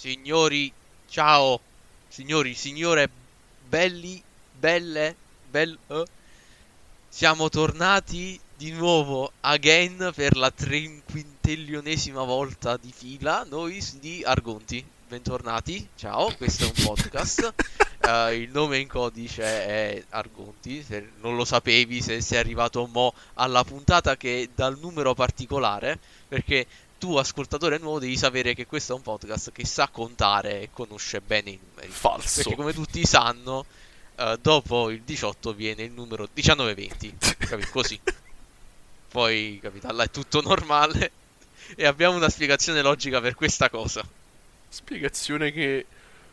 Signori, ciao, signori, signore, belli, belle, siamo tornati di nuovo again per la trinquintillionesima volta di fila, noi di Argonti. Bentornati, ciao, questo è un podcast. Il nome in codice è Argonti, se non lo sapevi, se sei arrivato mo alla puntata che è dal numero particolare, perché tu, ascoltatore nuovo, devi sapere che questo è un podcast che sa contare e conosce bene i numeri. Perché Falso. come tutti sanno, dopo il 18 viene il numero 19-20, capì? Così. Poi, capito, là è tutto normale e abbiamo una spiegazione logica per questa cosa. Spiegazione che...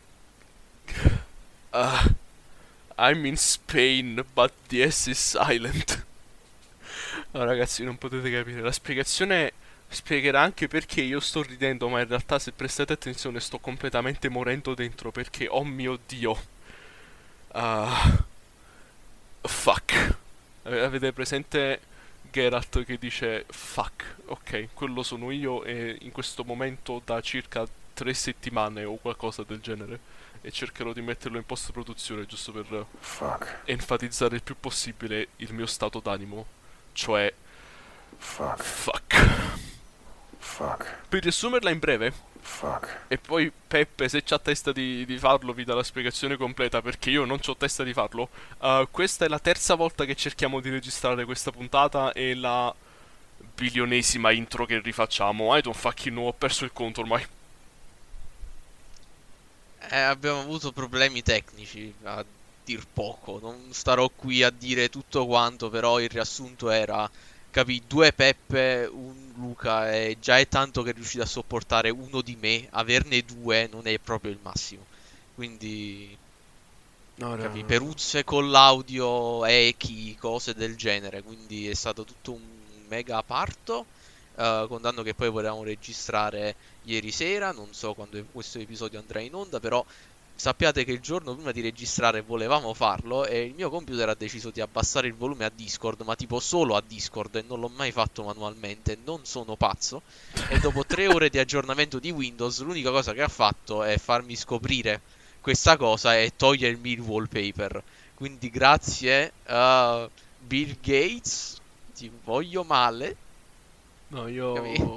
ah, I'm in Spain, but the S is silent. No, ragazzi, non potete capire. La spiegazione spiegherà anche perché io sto ridendo, ma in realtà, se prestate attenzione, sto completamente morendo dentro perché, oh mio Dio. Ah, fuck. Avete presente Geralt che dice fuck? Ok, quello sono io e in questo momento da circa 3 settimane o qualcosa del genere. E cercherò di metterlo in post-produzione giusto per Fuck. enfatizzare il più possibile il mio stato d'animo. Cioè, Fuck. fuck. Fuck. Per riassumerla in breve, Fuck. e poi Peppe, se c'ha testa di farlo, vi dà la spiegazione completa perché io non c'ho testa di farlo. Questa è la terza volta che cerchiamo di registrare questa puntata e la bilionesima intro che rifacciamo. I don't fucking know, ho perso il conto ormai. Abbiamo avuto problemi tecnici, a dir poco. Non starò qui a dire tutto quanto, però il riassunto era, capì, due Peppe, un Luca, e già è tanto che è riuscito a sopportare uno di me, averne due non è proprio il massimo. Quindi, No, no, capì, no. peruzze con l'audio, echi, cose del genere. Quindi è stato tutto un mega parto. Contando che poi volevamo registrare ieri sera, non so quando questo episodio andrà in onda, però sappiate che il giorno prima di registrare volevamo farlo e il mio computer ha deciso di abbassare il volume a Discord, ma tipo solo a Discord e non l'ho mai fatto manualmente, non sono pazzo. E dopo 3 ore di aggiornamento di Windows, l'unica cosa che ha fatto è farmi scoprire questa cosa e togliermi il wallpaper. Quindi grazie a Bill Gates, ti voglio male, No, capì?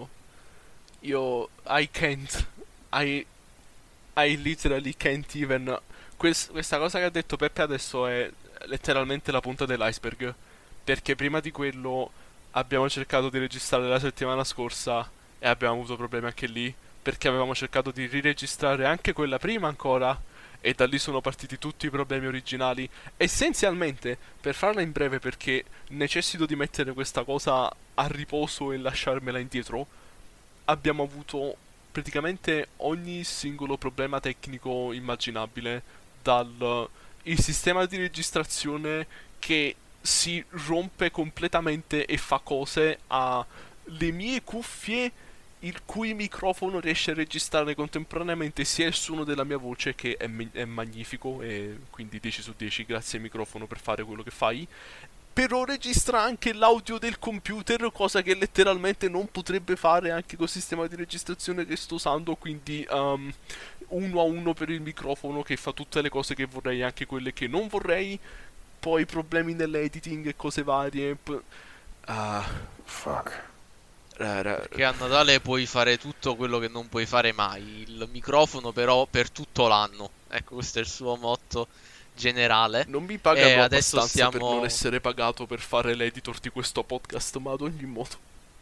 I can't. I, I literally can't even. Questa cosa che ha detto Peppe adesso è letteralmente la punta dell'iceberg. Perché prima di quello abbiamo cercato di registrare la settimana scorsa e abbiamo avuto problemi anche lì. Perché avevamo cercato di riregistrare anche quella prima ancora. E da lì sono partiti tutti i problemi originali. Essenzialmente, per farla in breve, perché necessito di mettere questa cosa a riposo e lasciarmela indietro, abbiamo avuto praticamente ogni singolo problema tecnico immaginabile, dal il sistema di registrazione che si rompe completamente e fa cose, a le mie cuffie il cui microfono riesce a registrare contemporaneamente sia il suono della mia voce, che è magnifico, e quindi 10 su 10, grazie microfono per fare quello che fai, però registra anche l'audio del computer, cosa che letteralmente non potrebbe fare anche col sistema di registrazione che sto usando, quindi uno a uno per il microfono, che fa tutte le cose che vorrei, anche quelle che non vorrei, poi problemi nell'editing e cose varie. Ah, Fuck. Perché a Natale puoi fare tutto quello che non puoi fare mai. Il microfono però per tutto l'anno. Ecco, questo è il suo motto generale. non mi E pagano adesso abbastanza per non stiamo... essere pagato per fare l'editor di questo podcast, ma ad ogni modo.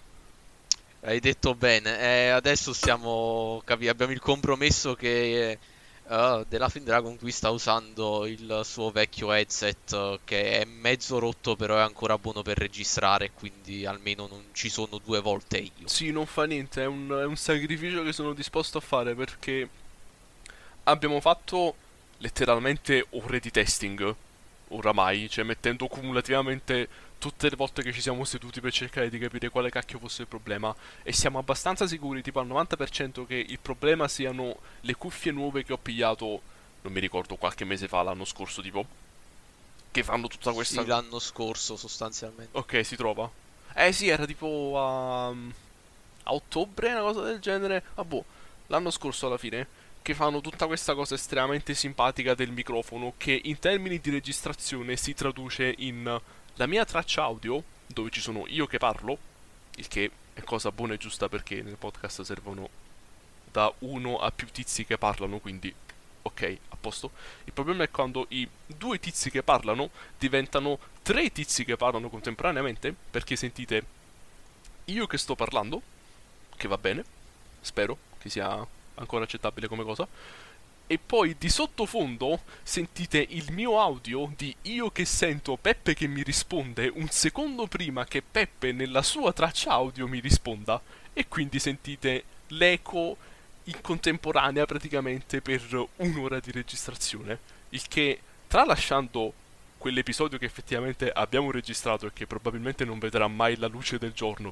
Hai detto bene. E adesso stiamo... Abbiamo il compromesso che... The Laughing Dragon qui sta usando il suo vecchio headset che è mezzo rotto però è ancora buono per registrare, quindi almeno non ci sono due volte io. Sì, non fa niente, è un sacrificio che sono disposto a fare perché abbiamo fatto letteralmente ore di testing, oramai, cioè mettendo cumulativamente tutte le volte che ci siamo seduti per cercare di capire quale cacchio fosse il problema, e siamo abbastanza sicuri, tipo al 90%, che il problema siano le cuffie nuove che ho pigliato, non mi ricordo, qualche mese fa, l'anno scorso tipo, che fanno tutta Sì, questa... l'anno scorso sostanzialmente. Ok, si trova. Eh sì, era tipo a ottobre, una cosa del genere. Ah boh, l'anno scorso alla fine. che fanno tutta questa cosa estremamente simpatica del microfono, che in termini di registrazione si traduce in la mia traccia audio, dove ci sono io che parlo, il che è cosa buona e giusta perché nel podcast servono da uno a più tizi che parlano, quindi ok, a posto. Il problema è quando i due tizi che parlano diventano tre tizi che parlano contemporaneamente, perché sentite io che sto parlando, che va bene, spero che sia ancora accettabile come cosa, e poi di sottofondo sentite il mio audio di io che sento Peppe che mi risponde un secondo prima che Peppe nella sua traccia audio mi risponda, e quindi sentite l'eco in contemporanea praticamente per un'ora di registrazione, il che, tralasciando quell'episodio che effettivamente abbiamo registrato e che probabilmente non vedrà mai la luce del giorno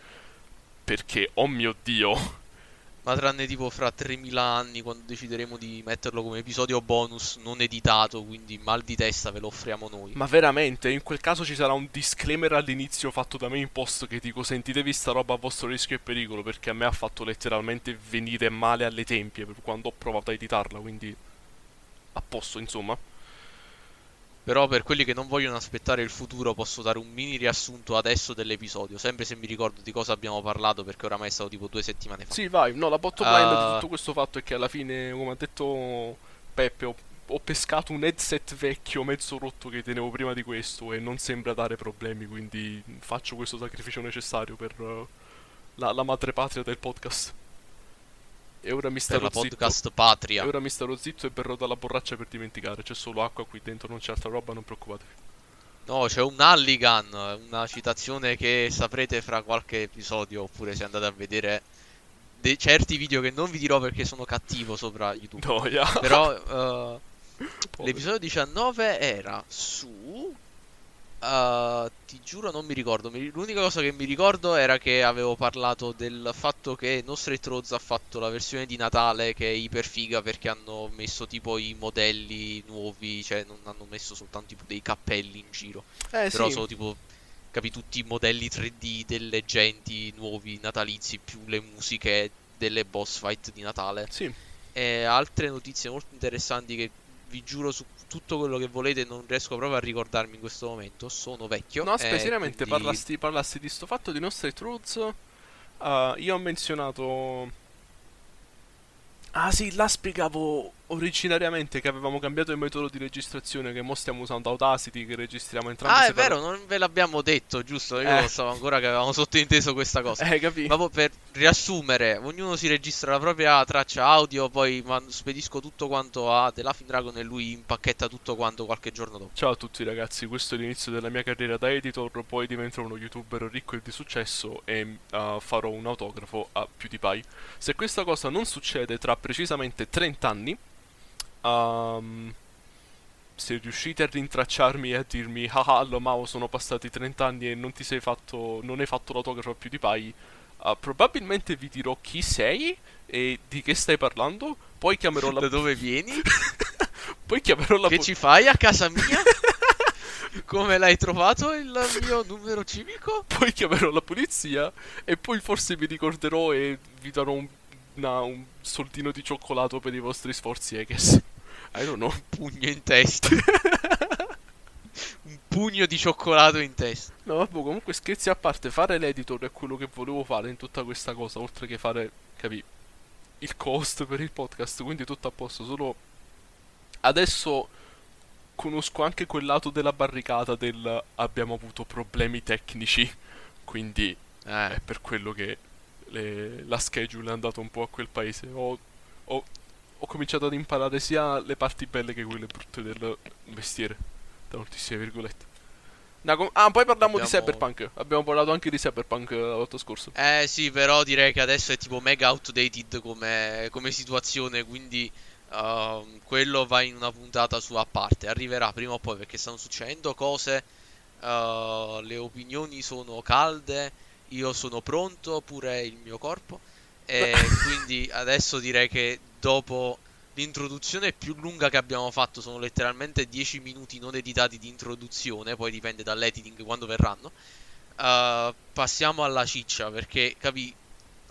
perché oh mio Dio. Ma tranne tipo fra 3000 anni, quando decideremo di metterlo come episodio bonus non editato, quindi mal di testa ve lo offriamo noi. Ma veramente, in quel caso ci sarà un disclaimer all'inizio fatto da me in post che dico sentitevi sta roba a vostro rischio e pericolo, perché a me ha fatto letteralmente venire male alle tempie per quando ho provato a editarla, quindi a posto insomma. Però per quelli che non vogliono aspettare il futuro posso dare un mini riassunto adesso dell'episodio, sempre se mi ricordo di cosa abbiamo parlato perché oramai è stato tipo 2 settimane fa. Sì, vai, no, la bottom line di tutto questo fatto è che alla fine, come ha detto Peppe, ho pescato un headset vecchio mezzo rotto che tenevo prima di questo e non sembra dare problemi, quindi faccio questo sacrificio necessario per la madrepatria del podcast. E ora mi Per starò la zitto. podcast E patria. ora mi starò zitto e berrò dalla borraccia per dimenticare. C'è solo acqua qui dentro, non c'è altra roba, non preoccupatevi. No, c'è un Halligan, una citazione che saprete fra qualche episodio, oppure se andate a vedere certi video che non vi dirò perché sono cattivo sopra YouTube. Noia. Però Povero. l'episodio 19 era su... ti giuro non mi ricordo. L'unica cosa che mi ricordo era che avevo parlato del fatto che No Straight Rhodes ha fatto la versione di Natale che è iper figa perché hanno messo tipo i modelli nuovi, cioè non hanno messo soltanto tipo dei cappelli in giro, però Sì. sono tipo, capi, tutti i modelli 3D delle genti nuovi natalizi più le musiche delle boss fight di Natale. Sì. E altre notizie molto interessanti che vi giuro su tutto quello che volete non riesco proprio a ricordarmi in questo momento. Sono vecchio. No, aspetta, seriamente, Quindi... parlassi di sto fatto di No Straight Rhodes. Io ho menzionato... Ah sì, là spiegavo originariamente che avevamo cambiato il metodo di registrazione, che mo stiamo usando Audacity, che registriamo entrambi Ah, è separati. vero, non ve l'abbiamo detto, giusto? Io lo so ancora che avevamo sottointeso questa cosa. Capì? Ma per riassumere, ognuno si registra la propria traccia audio, poi spedisco tutto quanto a The Laughing Dragon e lui impacchetta tutto quanto qualche giorno dopo. Ciao a tutti ragazzi, questo è l'inizio della mia carriera da editor, poi diventerò uno youtuber ricco e di successo e farò un autografo a PewDiePie. Se questa cosa non succede tra precisamente 30 anni, se riuscite a rintracciarmi e a dirmi haha, lo Mao, sono passati 30 anni e non hai fatto l'autografo a PewDiePie, probabilmente vi dirò chi sei e di che stai parlando, poi chiamerò la Da dove vieni? poi chiamerò la Che ci fai a casa mia? Come l'hai trovato il mio numero civico? poi chiamerò la polizia e poi forse mi ricorderò e vi darò un soldino di cioccolato per i vostri sforzi, I guess. I don't know. Pugno in testa. Un pugno di cioccolato in testa. No, vabbè, comunque scherzi a parte, fare l'editor è quello che volevo fare in tutta questa cosa, oltre che fare, capì, il cost per il podcast, quindi tutto a posto, solo adesso conosco anche quel lato della barricata del abbiamo avuto problemi tecnici, quindi è per quello che la schedule è andata un po' a quel paese. Ho cominciato ad imparare sia le parti belle che quelle brutte del mestiere, tra moltissime virgolette. Poi parliamo di Cyberpunk. Abbiamo parlato anche di Cyberpunk la volta scorsa. Sì, però direi che adesso è tipo mega outdated come situazione, quindi quello va in una puntata sua a parte. Arriverà prima o poi perché stanno succedendo cose, le opinioni sono calde, io sono pronto, pure il mio corpo. E quindi adesso direi che dopo l'introduzione più lunga che abbiamo fatto, sono letteralmente 10 minuti non editati di introduzione, poi dipende dall'editing quando verranno. Passiamo alla ciccia perché, capi,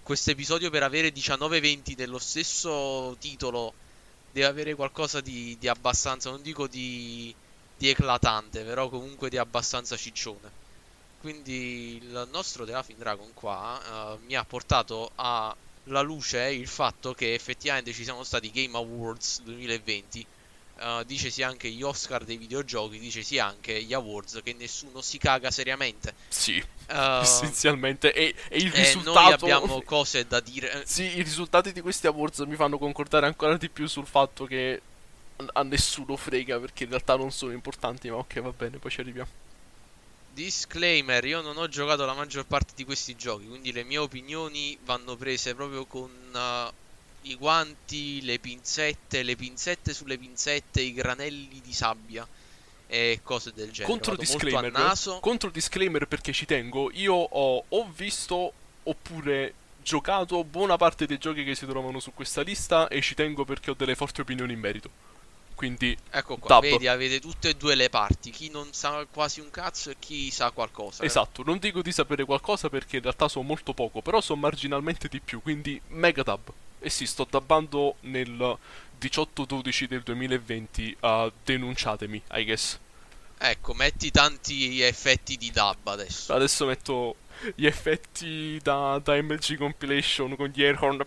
questo episodio per avere 19-20 nello stesso titolo deve avere qualcosa di abbastanza, non dico di eclatante, però comunque di abbastanza ciccione. Quindi il nostro The Laughing Dragon qua mi ha portato alla luce il fatto che effettivamente ci siano stati Game Awards 2020. Dicesi anche gli Oscar dei videogiochi, dicesi anche gli awards che nessuno si caga seriamente. Sì, Uh, essenzialmente. E il e risultato... noi abbiamo cose da dire. Sì, i risultati di questi awards mi fanno concordare ancora di più sul fatto che a nessuno frega, perché in realtà non sono importanti, ma ok, va bene, poi ci arriviamo. Disclaimer, io non ho giocato la maggior parte di questi giochi, quindi le mie opinioni vanno prese proprio con i guanti, le pinzette sulle pinzette, i granelli di sabbia e cose del genere. Vado molto a naso. Contro disclaimer perché ci tengo, io ho o visto oppure giocato buona parte dei giochi che si trovano su questa lista e ci tengo perché ho delle forti opinioni in merito. Quindi, Ecco qua, dub. vedi, avete tutte e due le parti, chi non sa quasi un cazzo e chi sa qualcosa. Esatto, non dico di sapere qualcosa perché in realtà so molto poco, però so marginalmente di più, quindi mega dub. E sì, sto dubbando nel 18-12 del 2020 a denunciatemi, I guess. Ecco, metti tanti effetti di dub adesso. Adesso metto gli effetti da MLG Compilation con gli airhorn.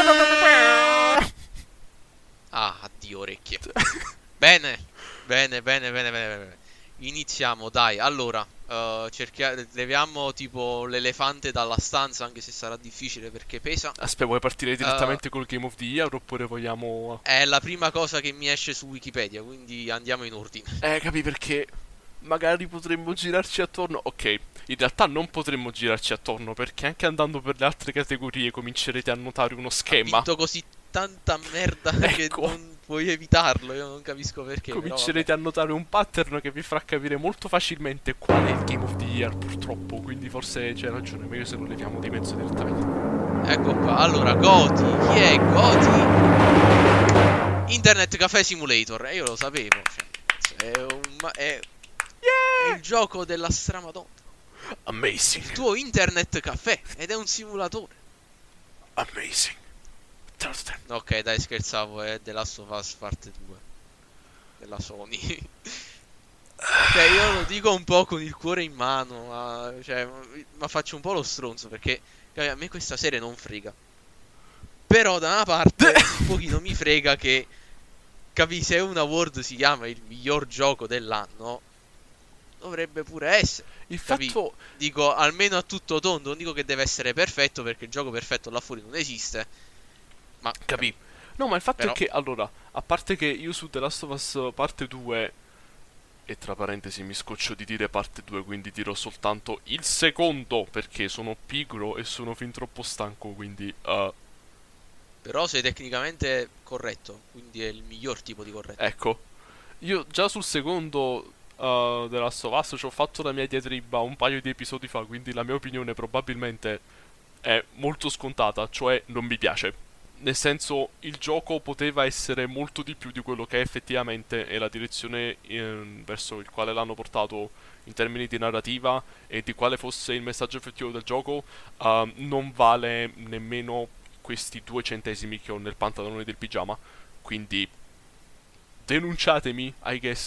Ah, addio orecchie. Bene, bene, bene, bene, bene, bene. Iniziamo, dai. Allora, leviamo tipo l'elefante dalla stanza, anche se sarà difficile perché pesa. Aspetta, vuoi partire direttamente col Game of the Year oppure vogliamo... È la prima cosa che mi esce su Wikipedia, quindi andiamo in ordine. Capi perché magari potremmo girarci attorno. Ok, in realtà non potremmo girarci attorno perché anche andando per le altre categorie comincerete a notare uno Ha schema. vinto così tanta merda che Ecco. non puoi evitarlo, io non capisco perché. Comincerete a notare un pattern che vi farà capire molto facilmente qual è il Game of the Year, purtroppo. Quindi forse c'è ragione, meglio se lo leviamo di mezzo direttamente. Ecco qua, allora, Goti, chi è Goti? Internet Cafe Simulator, io lo sapevo, cioè, è il gioco della stramadonna. Amazing, Il tuo Internet Cafe, ed è un simulatore. amazing. Trust. Ok, dai, scherzavo, è The Last of Us Parte 2 della Sony. Ok, io lo dico un po' con il cuore in mano, ma faccio un po' lo stronzo perché a me questa serie non frega. Però da una parte un pochino mi frega che, capi, se un award si chiama il miglior gioco dell'anno, dovrebbe pure essere. Il Capì? fatto... Dico, almeno a tutto tondo, non dico che deve essere perfetto perché il gioco perfetto là fuori non esiste. Ma Capì? No, ma il fatto Però- è che, allora, a parte che io su The Last of Us parte 2, e tra parentesi mi scoccio di dire parte 2, quindi dirò soltanto il secondo, perché sono pigro e sono fin troppo stanco, quindi... Però sei tecnicamente corretto, quindi è il miglior tipo di corretto. ecco, io già sul secondo The Last of Us ci ho fatto la mia diatriba un paio di episodi fa, quindi la mia opinione probabilmente è molto scontata, cioè non mi piace. Nel senso, il gioco poteva essere molto di più di quello che è effettivamente e la direzione verso il quale l'hanno portato in termini di narrativa e di quale fosse il messaggio effettivo del gioco, non vale nemmeno questi 2 centesimi che ho nel pantalone del pigiama. Quindi denunciatemi, I guess,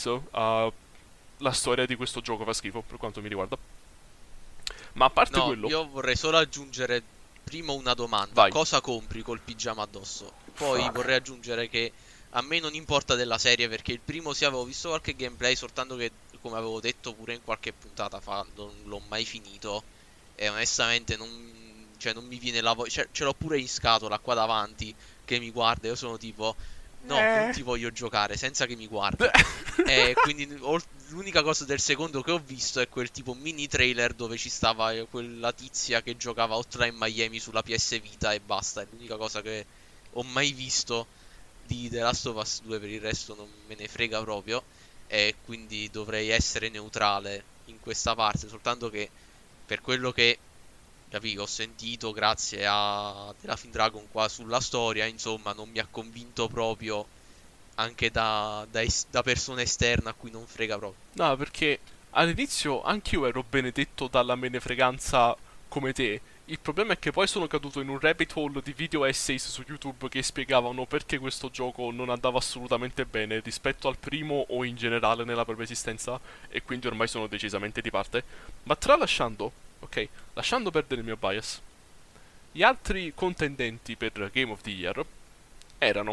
la storia di questo gioco fa schifo per quanto mi riguarda. Ma a parte No, quello, io vorrei solo aggiungere prima una domanda. Vai. Cosa compri col pigiama addosso? Poi Fuck. vorrei aggiungere che a me non importa della serie perché il primo sì avevo visto qualche gameplay, soltanto che come avevo detto pure in qualche puntata fa non l'ho mai finito e onestamente non mi viene la voglia, ce l'ho pure in scatola qua davanti che mi guarda e io sono tipo no, non ti voglio giocare senza che mi guardi. E quindi l'unica cosa del secondo che ho visto è quel tipo mini trailer dove ci stava quella tizia che giocava Hotline Miami sulla PS Vita e basta. È l'unica cosa che ho mai visto di The Last of Us 2, per il resto non me ne frega proprio. E quindi dovrei essere neutrale in questa parte, soltanto che per quello che ho sentito grazie a The Laughing Dragon qua sulla storia, insomma, non mi ha convinto proprio anche da persona esterna a cui non frega proprio. no, perché all'inizio anch'io ero benedetto dalla menefreganza come te. Il problema è che poi sono caduto in un rabbit hole di video essays su YouTube che spiegavano perché questo gioco non andava assolutamente bene rispetto al primo o in generale nella propria esistenza, e quindi ormai sono decisamente di parte. Ma tralasciando, ok, lasciando perdere il mio bias, gli altri contendenti per Game of the Year erano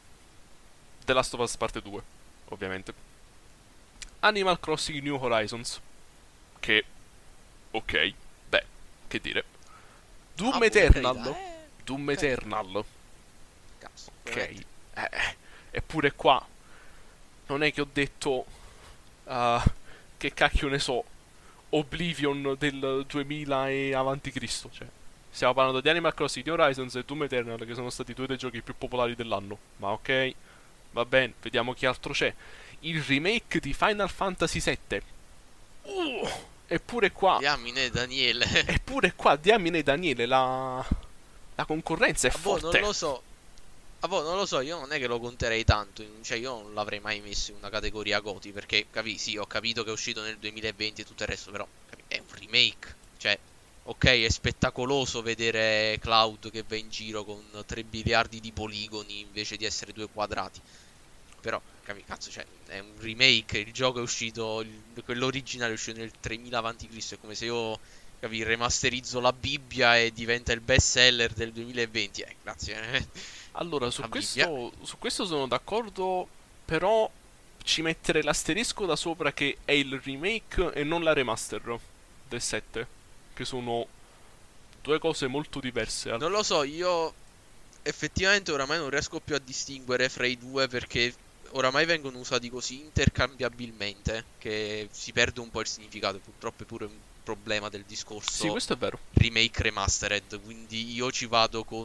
The Last of Us Parte 2, ovviamente, Animal Crossing New Horizons, che, ok, beh, che dire, Doom Ah, per Eternal, carità, Doom carino. Eternal, Cazzo, ok, veramente. eppure qua non è che ho detto, che cacchio ne so, Oblivion del 2000 e avanti Cristo, cioè, stiamo parlando di Animal Crossing New Horizons e Doom Eternal, che sono stati due dei giochi più popolari dell'anno, ma ok, va bene, vediamo chi altro c'è. Il remake di Final Fantasy VII, eppure qua, Diamine, Daniele. diamine Daniele, la concorrenza è Ah, boh, non forte. lo so. Ah, boh, non lo so, io non è che lo conterei tanto, cioè io non l'avrei mai messo in una categoria GOTY, perché, sì, ho capito che è uscito nel 2020 e tutto il resto, però è un remake, cioè, ok, è spettacoloso vedere Cloud che va in giro con 3 miliardi di poligoni invece di essere due quadrati, però, cazzo, cioè, è un remake, il gioco è uscito, quello originale è uscito nel 3000 avanti Cristo, è come se io, remasterizzo la Bibbia e diventa il best seller del 2020, grazie. Allora, La Bibbia. su questo sono d'accordo, però ci metterei l'asterisco da sopra che è il remake e non la remaster del 7, che sono due cose molto diverse. Non lo so, io effettivamente oramai non riesco più a distinguere fra i due perché oramai vengono usati così intercambiabilmente che si perde un po' il significato. Purtroppo è pure un problema del Sì, discorso questo è vero. remake remastered. Quindi io ci vado con,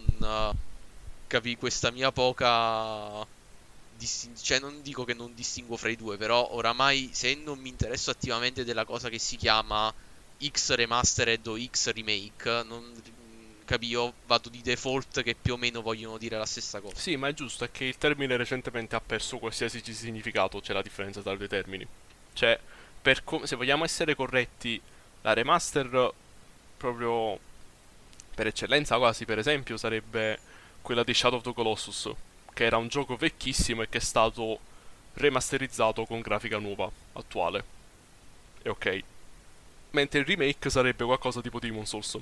questa mia poca cioè non dico che non distingo fra i due, però oramai se non mi interesso attivamente della cosa che si chiama X remastered o X remake, non io vado di default che più o meno vogliono dire la stessa cosa. Sì, ma è giusto, è che il termine recentemente ha perso qualsiasi significato, c'è la differenza tra i due termini. Cioè, se vogliamo essere corretti, la remaster proprio per eccellenza quasi, per esempio, sarebbe quella di Shadow of the Colossus, che era un gioco vecchissimo e che è stato remasterizzato con grafica nuova, attuale. E ok. Mentre il remake sarebbe qualcosa tipo Demon Souls,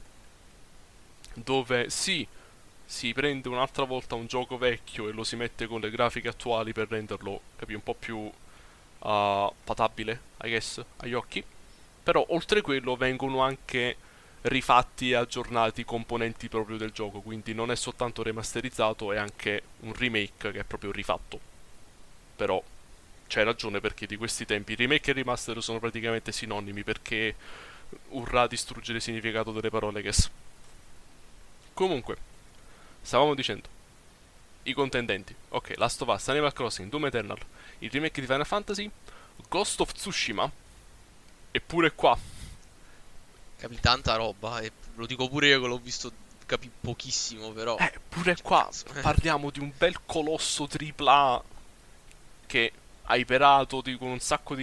dove sì, si prende un'altra volta un gioco vecchio e lo si mette con le grafiche attuali per renderlo, capi, un po' più patabile, I guess, agli occhi. Però oltre quello vengono anche rifatti e aggiornati i componenti proprio del gioco, quindi non è soltanto remasterizzato, è anche un remake che è proprio rifatto. Però c'hai ragione, perché di questi tempi remake e remaster sono praticamente sinonimi, perché urrà distruggere il significato delle parole che comunque, stavamo dicendo i contendenti. Ok, Last of Us, Animal Crossing, Doom Eternal, il remake di Final Fantasy, Ghost of Tsushima, eppure qua. Capi tanta roba e lo dico pure io che l'ho visto, capi pochissimo, però Pure cioè, qua cazzo. parliamo di un bel colosso AAA che ha iperato con un sacco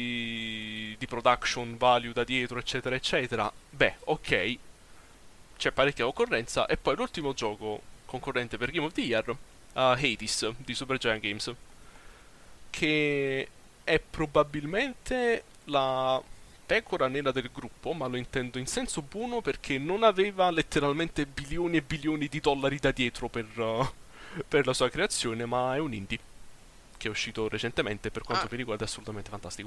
di production value da dietro, eccetera, eccetera. Beh, ok, c'è parecchia concorrenza. E poi l'ultimo gioco concorrente per Game of the Year, Hades di Supergiant Games, che è probabilmente la pecora nera del gruppo, ma lo intendo in senso buono, perché non aveva letteralmente bilioni e bilioni di dollari da dietro per la sua creazione, ma è un indie che è uscito recentemente, per quanto Ah, mi riguarda è assolutamente fantastico.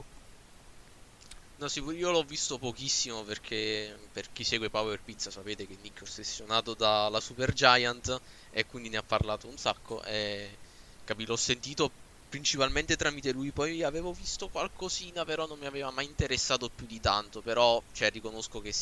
no, io l'ho visto pochissimo perché per chi segue Power Pizza sapete che Nick è ossessionato dalla Supergiant e quindi ne ha parlato un sacco e l'ho sentito principalmente tramite lui, poi avevo visto qualcosina però non mi aveva mai interessato più di tanto, però cioè riconosco che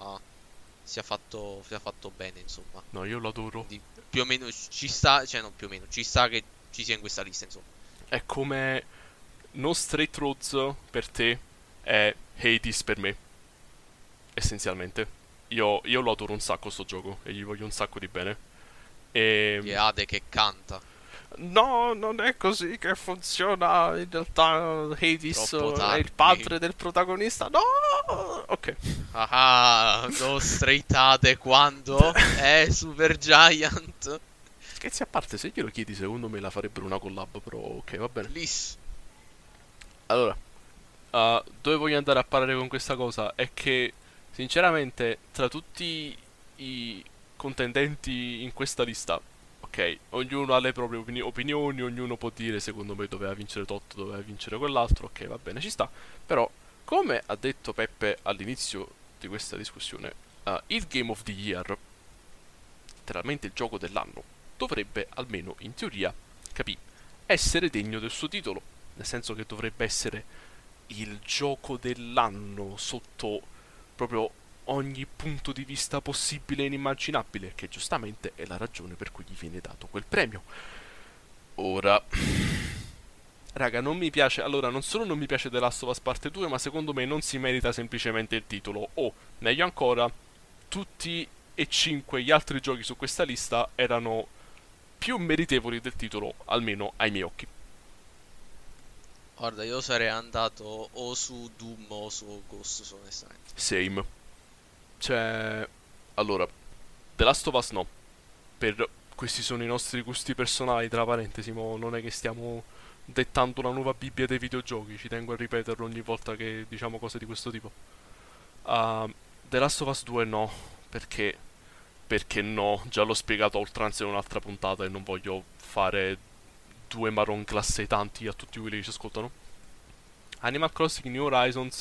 sia fatto bene, insomma. No, io lo adoro. Quindi più o meno ci sta, cioè no, più o meno ci sta che ci sia in questa lista, insomma. È come No Straight Roads per te è Hades per me, essenzialmente. Io lo adoro un sacco sto gioco e gli voglio un sacco di bene. Che E Ade che canta. No, non è così che funziona. In realtà Hades Troppo è il tardi. padre del protagonista. No! Ok. Ah, lo straightate quando è Super Giant. Scherzi a parte, se glielo chiedi, secondo me la farebbero una collab, però ok, va bene. Bliss. Allora, dove voglio andare a parare con questa cosa è che, sinceramente, tra tutti i contendenti in questa lista, ok, ognuno ha le proprie opinioni, ognuno può dire secondo me doveva vincere tot, doveva vincere quell'altro, ok, va bene, ci sta. Però, come ha detto Peppe all'inizio di questa discussione, il Game of the Year, letteralmente il gioco dell'anno, dovrebbe, almeno in teoria, capì, essere degno del suo titolo. Nel senso che dovrebbe essere il gioco dell'anno sotto proprio ogni punto di vista possibile e inimmaginabile, che giustamente è la ragione per cui gli viene dato quel premio. Ora, raga, non mi piace, allora non solo non mi piace The Last of Us Parte 2, ma secondo me non si merita semplicemente il titolo, o meglio ancora, tutti e 5 gli altri giochi su questa lista erano più meritevoli del titolo, almeno ai miei occhi. Guarda, io sarei andato o su Doom o su Ghost, onestamente. Same. Cioè, allora, The Last of Us no. Per questi sono i nostri gusti personali, tra parentesi, ma non è che stiamo dettando una nuova Bibbia dei videogiochi, ci tengo a ripeterlo ogni volta che diciamo cose di questo tipo. Uh, The Last of Us 2 no, perché no, già l'ho spiegato a oltranza in un'altra puntata e non voglio fare due marron classetanti a tutti quelli che ci ascoltano. Animal Crossing New Horizons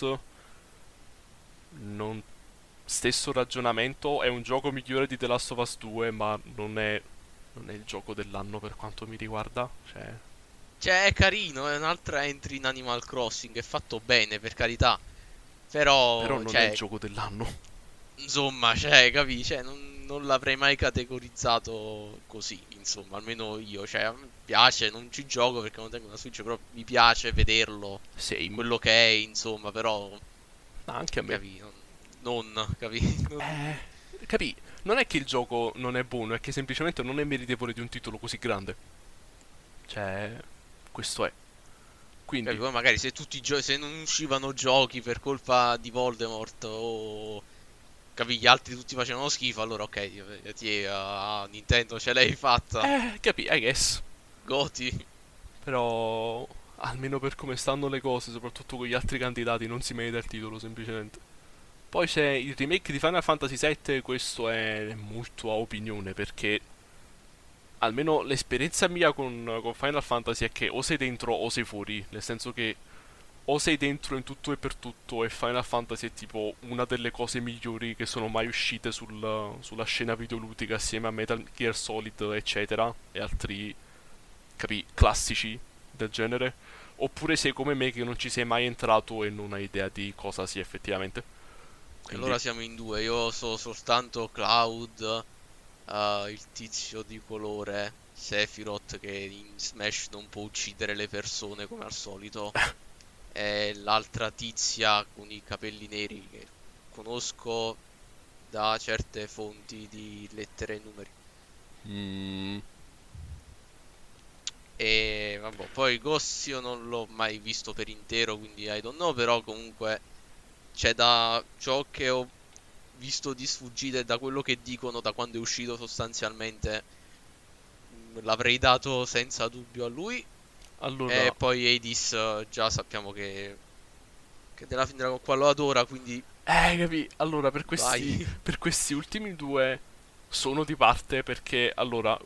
non stesso ragionamento, è un gioco migliore di The Last of Us 2, ma non è il gioco dell'anno per quanto mi riguarda. Cioè, è carino, è un'altra entry in Animal Crossing, è fatto bene, per carità. Però, Però non è il cioè, gioco dell'anno. insomma, cioè, capi? Cioè, non l'avrei mai categorizzato così, insomma, almeno io. Cioè, a me piace, non ci gioco perché non tengo una Switch, però mi piace vederlo, Same. quello che è, insomma, però, Ma anche a me. capi? Capi? Capì? Non è che il gioco non è buono, è che semplicemente non è meritevole di un titolo così grande. Cioè, questo è. Capi? Quindi, Poi magari se tutti i giochi, se non uscivano giochi per colpa di Voldemort o capi, gli altri tutti facevano schifo, allora ok, Nintendo ce l'hai fatta, capì, I guess. goti. Però, almeno per come stanno le cose, soprattutto con gli altri candidati, non si merita il titolo, semplicemente. Poi c'è il remake di Final Fantasy VII, questo è molto a opinione, perché almeno l'esperienza mia con Final Fantasy è che o sei dentro o sei fuori, nel senso che o sei dentro in tutto e per tutto e Final Fantasy è tipo una delle cose migliori che sono mai uscite sulla scena videoludica assieme a Metal Gear Solid eccetera e altri classici del genere, oppure sei come me che non ci sei mai entrato e non hai idea di cosa sia effettivamente. E Quindi allora siamo in due, io so soltanto Cloud, il tizio di colore, Sephiroth che in Smash non può uccidere le persone come al solito, e l'altra tizia con i capelli neri che conosco da certe fonti di lettere e numeri. mm, E vabbè, poi Ghost io non l'ho mai visto per intero, quindi I don't know, però comunque c'è da ciò che ho visto di sfuggita e da quello che dicono da quando è uscito sostanzialmente, l'avrei dato senza dubbio a lui. allora E poi Hades, già sappiamo che della fin della qua lo adora, quindi capì? Allora, per questi, vai. per questi ultimi due sono di parte perché, allora,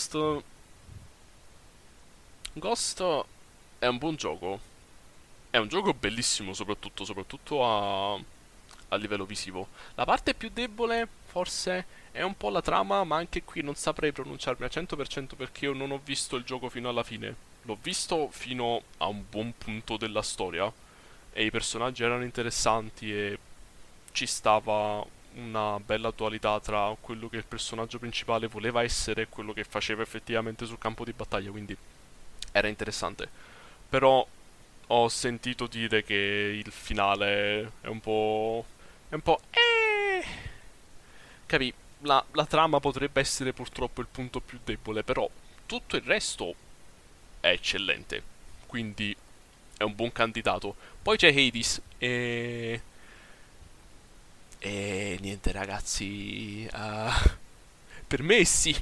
Ghost è un buon gioco. È un gioco bellissimo, soprattutto a livello visivo. La parte più debole, forse, è un po' la trama, ma anche qui non saprei pronunciarmi al 100% perché io non ho visto il gioco fino alla fine. L'ho visto fino a un buon punto della storia e i personaggi erano interessanti e ci stava una bella dualità tra quello che il personaggio principale voleva essere e quello che faceva effettivamente sul campo di battaglia, quindi era interessante. Però ho sentito dire che il finale è un po'. È un po'. Capì? La trama potrebbe essere purtroppo il punto più debole, però tutto il resto è eccellente, quindi è un buon candidato. Poi c'è Hades e niente ragazzi, per me sì.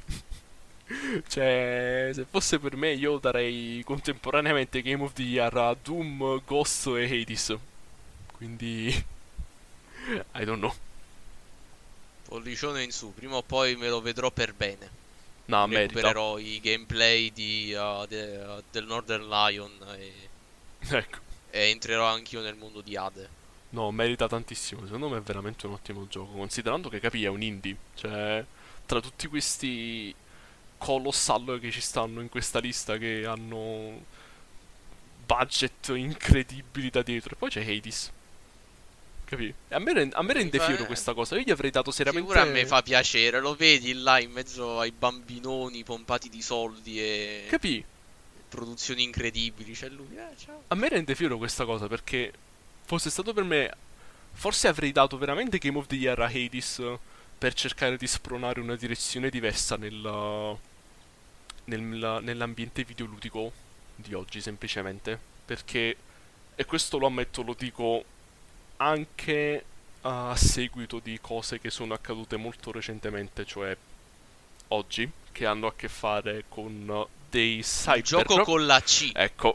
Cioè, se fosse per me io darei contemporaneamente Game of the Year a Doom, Ghost e Hades. Quindi, I don't know. Pollicione in su, prima o poi me lo vedrò per bene. No, Mi merita. recupererò i gameplay del Northern Lion Ecco. e entrerò anch'io nel mondo di Ade. No, merita tantissimo. Secondo me è veramente un ottimo gioco. Considerando che è un indie. Cioè, tra tutti questi colossal che ci stanno in questa lista che hanno budget incredibili da dietro. E poi c'è Hades. Capì? E a me Mi rende fa, fiero questa cosa. Io gli avrei dato sicuro a me seriamente. fa piacere, lo vedi là in mezzo ai bambinoni pompati di soldi e Capì? produzioni incredibili. C'è lui, ciao. A me rende fiero questa cosa perché fosse stato per me. Forse avrei dato veramente Game of the Year a Hades per cercare di spronare una direzione diversa nell'ambiente videoludico di oggi, semplicemente. Perché, e questo lo ammetto, lo dico anche a seguito di cose che sono accadute molto recentemente, cioè oggi, che hanno a che fare con dei Il gioco cyber. con la C. Ecco,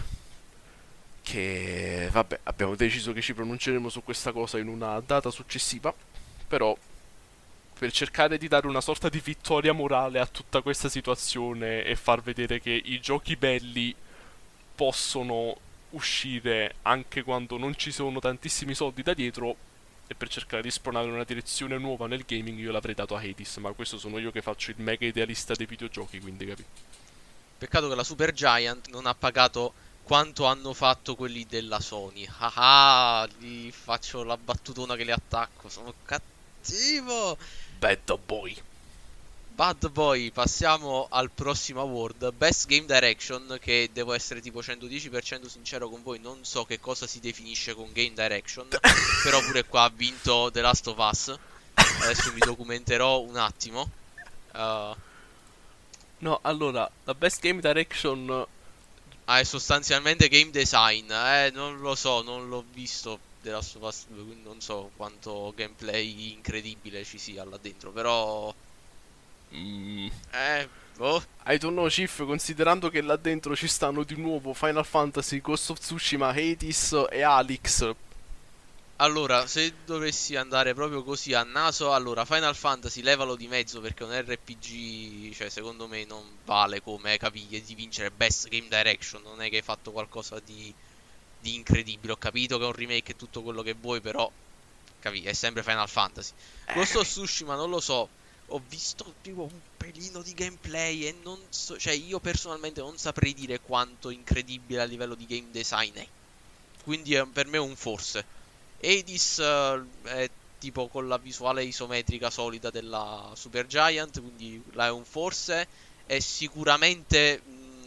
che vabbè, abbiamo deciso che ci pronunceremo su questa cosa in una data successiva, però per cercare di dare una sorta di vittoria morale a tutta questa situazione e far vedere che i giochi belli possono uscire anche quando non ci sono tantissimi soldi da dietro, e per cercare di spronare una direzione nuova nel gaming io l'avrei dato a Hades, ma questo sono io che faccio il mega idealista dei videogiochi, quindi capi. Peccato che la Supergiant non ha pagato quanto hanno fatto quelli della Sony. Ah, gli faccio la battutona che li attacco. Sono cattivo. Bad boy. Bad boy, passiamo al prossimo award. Best Game Direction, che devo essere tipo 110% sincero con voi, non so che cosa si definisce con Game Direction, però pure qua ha vinto The Last of Us. Adesso mi documenterò un attimo. Uh, No, allora, la best game direction. è sostanzialmente game design. Non lo so, non l'ho visto The Last of Us 2, quindi non so quanto gameplay incredibile ci sia là dentro, però... Mm, boh. I don't know, Chief, considerando che là dentro ci stanno di nuovo Final Fantasy, Ghost of Tsushima, Hades e Alex. Allora, se dovessi andare proprio così a naso, allora Final Fantasy levalo di mezzo perché un RPG, cioè secondo me non vale come capire di vincere Best Game Direction, non è che hai fatto qualcosa di incredibile, ho capito che è un remake e tutto quello che vuoi, però è sempre Final Fantasy. Ghost of Tsushima non lo so, ho visto tipo un pelino di gameplay e non so, cioè io personalmente non saprei dire quanto incredibile a livello di game design è. Quindi per me è un forse. Hades è tipo con la visuale isometrica solida della Supergiant, quindi là è un forse. E sicuramente,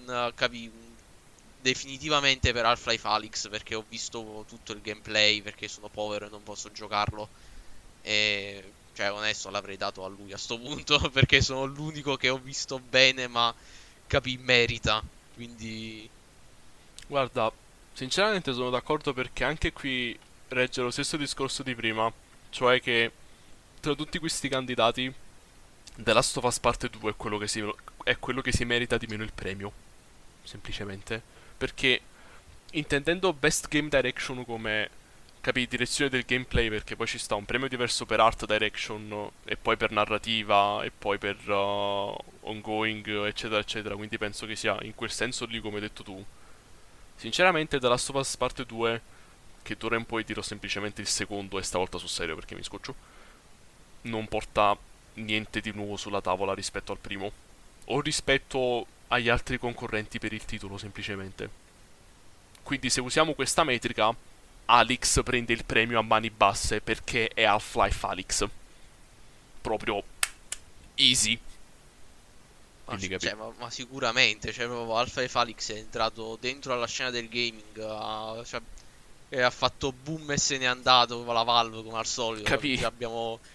definitivamente per Half-Life Alyx, perché ho visto tutto il gameplay, perché sono povero e non posso giocarlo. E cioè, onesto, l'avrei dato a lui a sto punto, perché sono l'unico che ho visto bene, ma merita. Quindi, Guarda, sinceramente sono d'accordo perché anche qui regge lo stesso discorso di prima, cioè che tra tutti questi candidati The Last of Us Parte 2 è quello che si merita di meno il premio, semplicemente, perché intendendo Best Game Direction come direzione del gameplay, perché poi ci sta un premio diverso per art direction e poi per narrativa e poi per ongoing eccetera eccetera, quindi penso che sia in quel senso lì come hai detto tu. Sinceramente The Last of Us Parte 2, che d'ora in poi dirò semplicemente il secondo e stavolta sul serio perché mi scoccio, non porta niente di nuovo sulla tavola rispetto al primo o rispetto agli altri concorrenti per il titolo, semplicemente. Quindi se usiamo questa metrica, Alex prende il premio a mani basse perché è Half-Life Alyx. Proprio easy. Quindi cioè, capito. ma sicuramente, cioè, proprio Half-Life Alyx è entrato dentro alla scena del gaming, cioè, e ha fatto boom e se n'è andato con la Valve come al solito. Capì? Cioè, abbiamo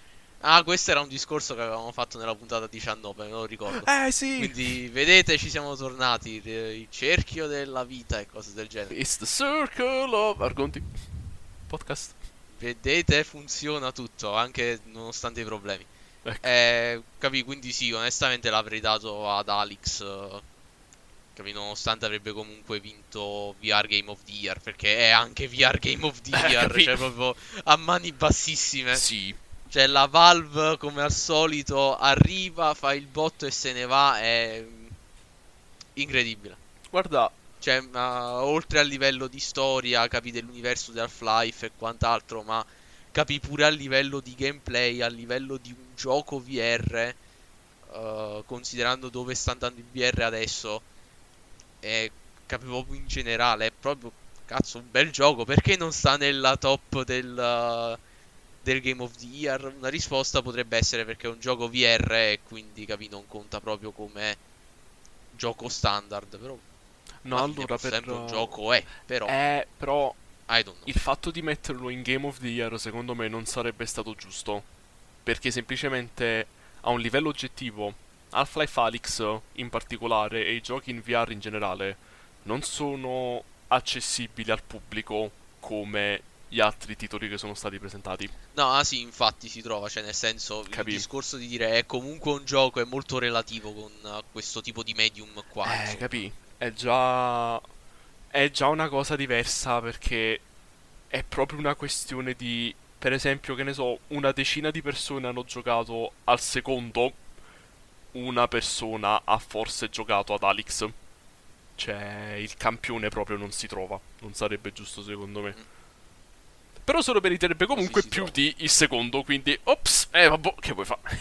Ah, questo era un discorso che avevamo fatto nella puntata 19, me lo ricordo. Sì! Quindi, vedete, ci siamo tornati. Il cerchio della vita e cose del genere. It's the circle of Argonti. Podcast. Vedete, funziona tutto, anche nonostante i problemi. Ecco. Capì? Quindi sì, onestamente l'avrei dato ad Alex. Capì? Nonostante avrebbe comunque vinto VR Game of the Year. Perché è anche VR Game of the Year. Capì. Cioè, proprio a mani bassissime. Sì. Cioè, la Valve, come al solito, arriva, fa il botto e se ne va. È incredibile. Guarda, Cioè, oltre al livello di storia, capi dell'universo di Half-Life e quant'altro, ma capi pure a livello di gameplay, a livello di un gioco VR, considerando dove sta andando il VR adesso, e capi proprio in generale, è proprio, cazzo, un bel gioco. Perché non sta nella top del Game of the Year? Una risposta potrebbe essere perché è un gioco VR e quindi, capi, non conta proprio come gioco standard, però no, alla fine allora pur per... sempre un gioco però Però I don't know. il fatto di metterlo in Game of the Year secondo me non sarebbe stato giusto. Perché semplicemente a un livello oggettivo Half-Life Alyx in particolare e i giochi in VR in generale non sono accessibili al pubblico come gli altri titoli che sono stati presentati. No, ah sì, infatti si trova, cioè nel senso il Capì? discorso di dire è comunque un gioco è molto relativo con questo tipo di medium qua, insomma. Capì? È già una cosa diversa perché è proprio una questione di, per esempio, che ne so, una decina di persone hanno giocato al secondo, una persona ha forse giocato ad Alyx. Cioè, il campione proprio non si trova. Non sarebbe giusto secondo me. Mm. Però se lo meriterebbe Così comunque si più trova. di il secondo, quindi ops, vabbè, che vuoi fare?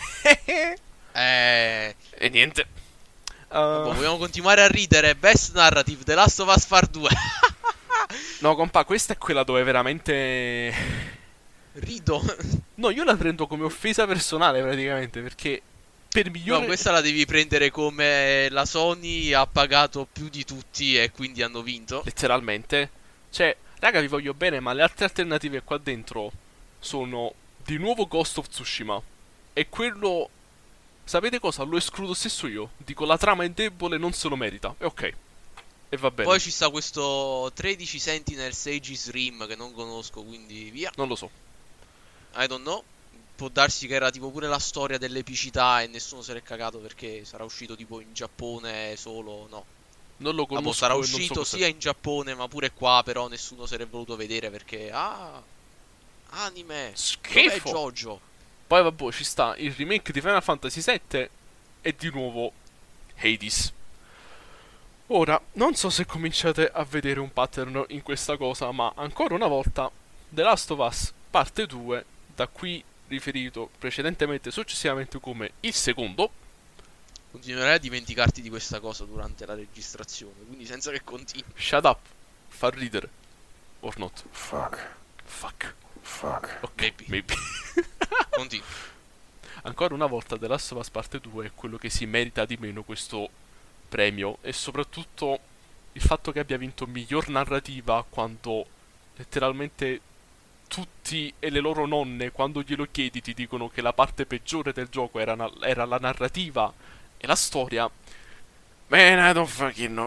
Eh, E niente. Vabbè, vogliamo continuare a ridere. Best Narrative, The Last of Us Part 2. No, compa, questa è quella dove veramente... Rido. No, io la prendo come offesa personale praticamente, perché per No, migliore... questa la devi prendere come la Sony ha pagato più di tutti e quindi hanno vinto. Letteralmente. Cioè, raga, vi voglio bene, ma le altre alternative qua dentro sono di nuovo Ghost of Tsushima. E quello... Sapete cosa? Lo escludo stesso io. Dico, la trama è debole, non se lo merita. E ok. E va bene. Poi ci sta questo 13 Sentinel Aegis Rim che non conosco, quindi via. Non lo so. I don't know. Può darsi che era tipo pure la storia dell'epicità e nessuno se l'è cagato perché sarà uscito tipo in Giappone solo, no. Non lo Ah, boh, conosco sarà e non so uscito cos'è. sia in Giappone ma pure qua, però nessuno se l'è voluto vedere perché anime. Dov'è Schifo. Jojo? Poi vabbè, ci sta il remake di Final Fantasy VII e di nuovo Hades. Ora, non so se cominciate a vedere un pattern in questa cosa, ma ancora una volta The Last of Us parte 2, da qui riferito precedentemente successivamente come il secondo. Continuerai a dimenticarti di questa cosa durante la registrazione, quindi senza che continui. Shut up. Fa ridere. Or not. Fuck. Fuck. Fuck. Ok, Maybe. maybe. Continua. Ancora una volta The Last of Us parte 2 è quello che si merita di meno questo premio e soprattutto il fatto che abbia vinto miglior narrativa quando letteralmente tutti e le loro nonne quando glielo chiedi ti dicono che la parte peggiore del gioco era la narrativa e la storia. Man, I don't fucking know.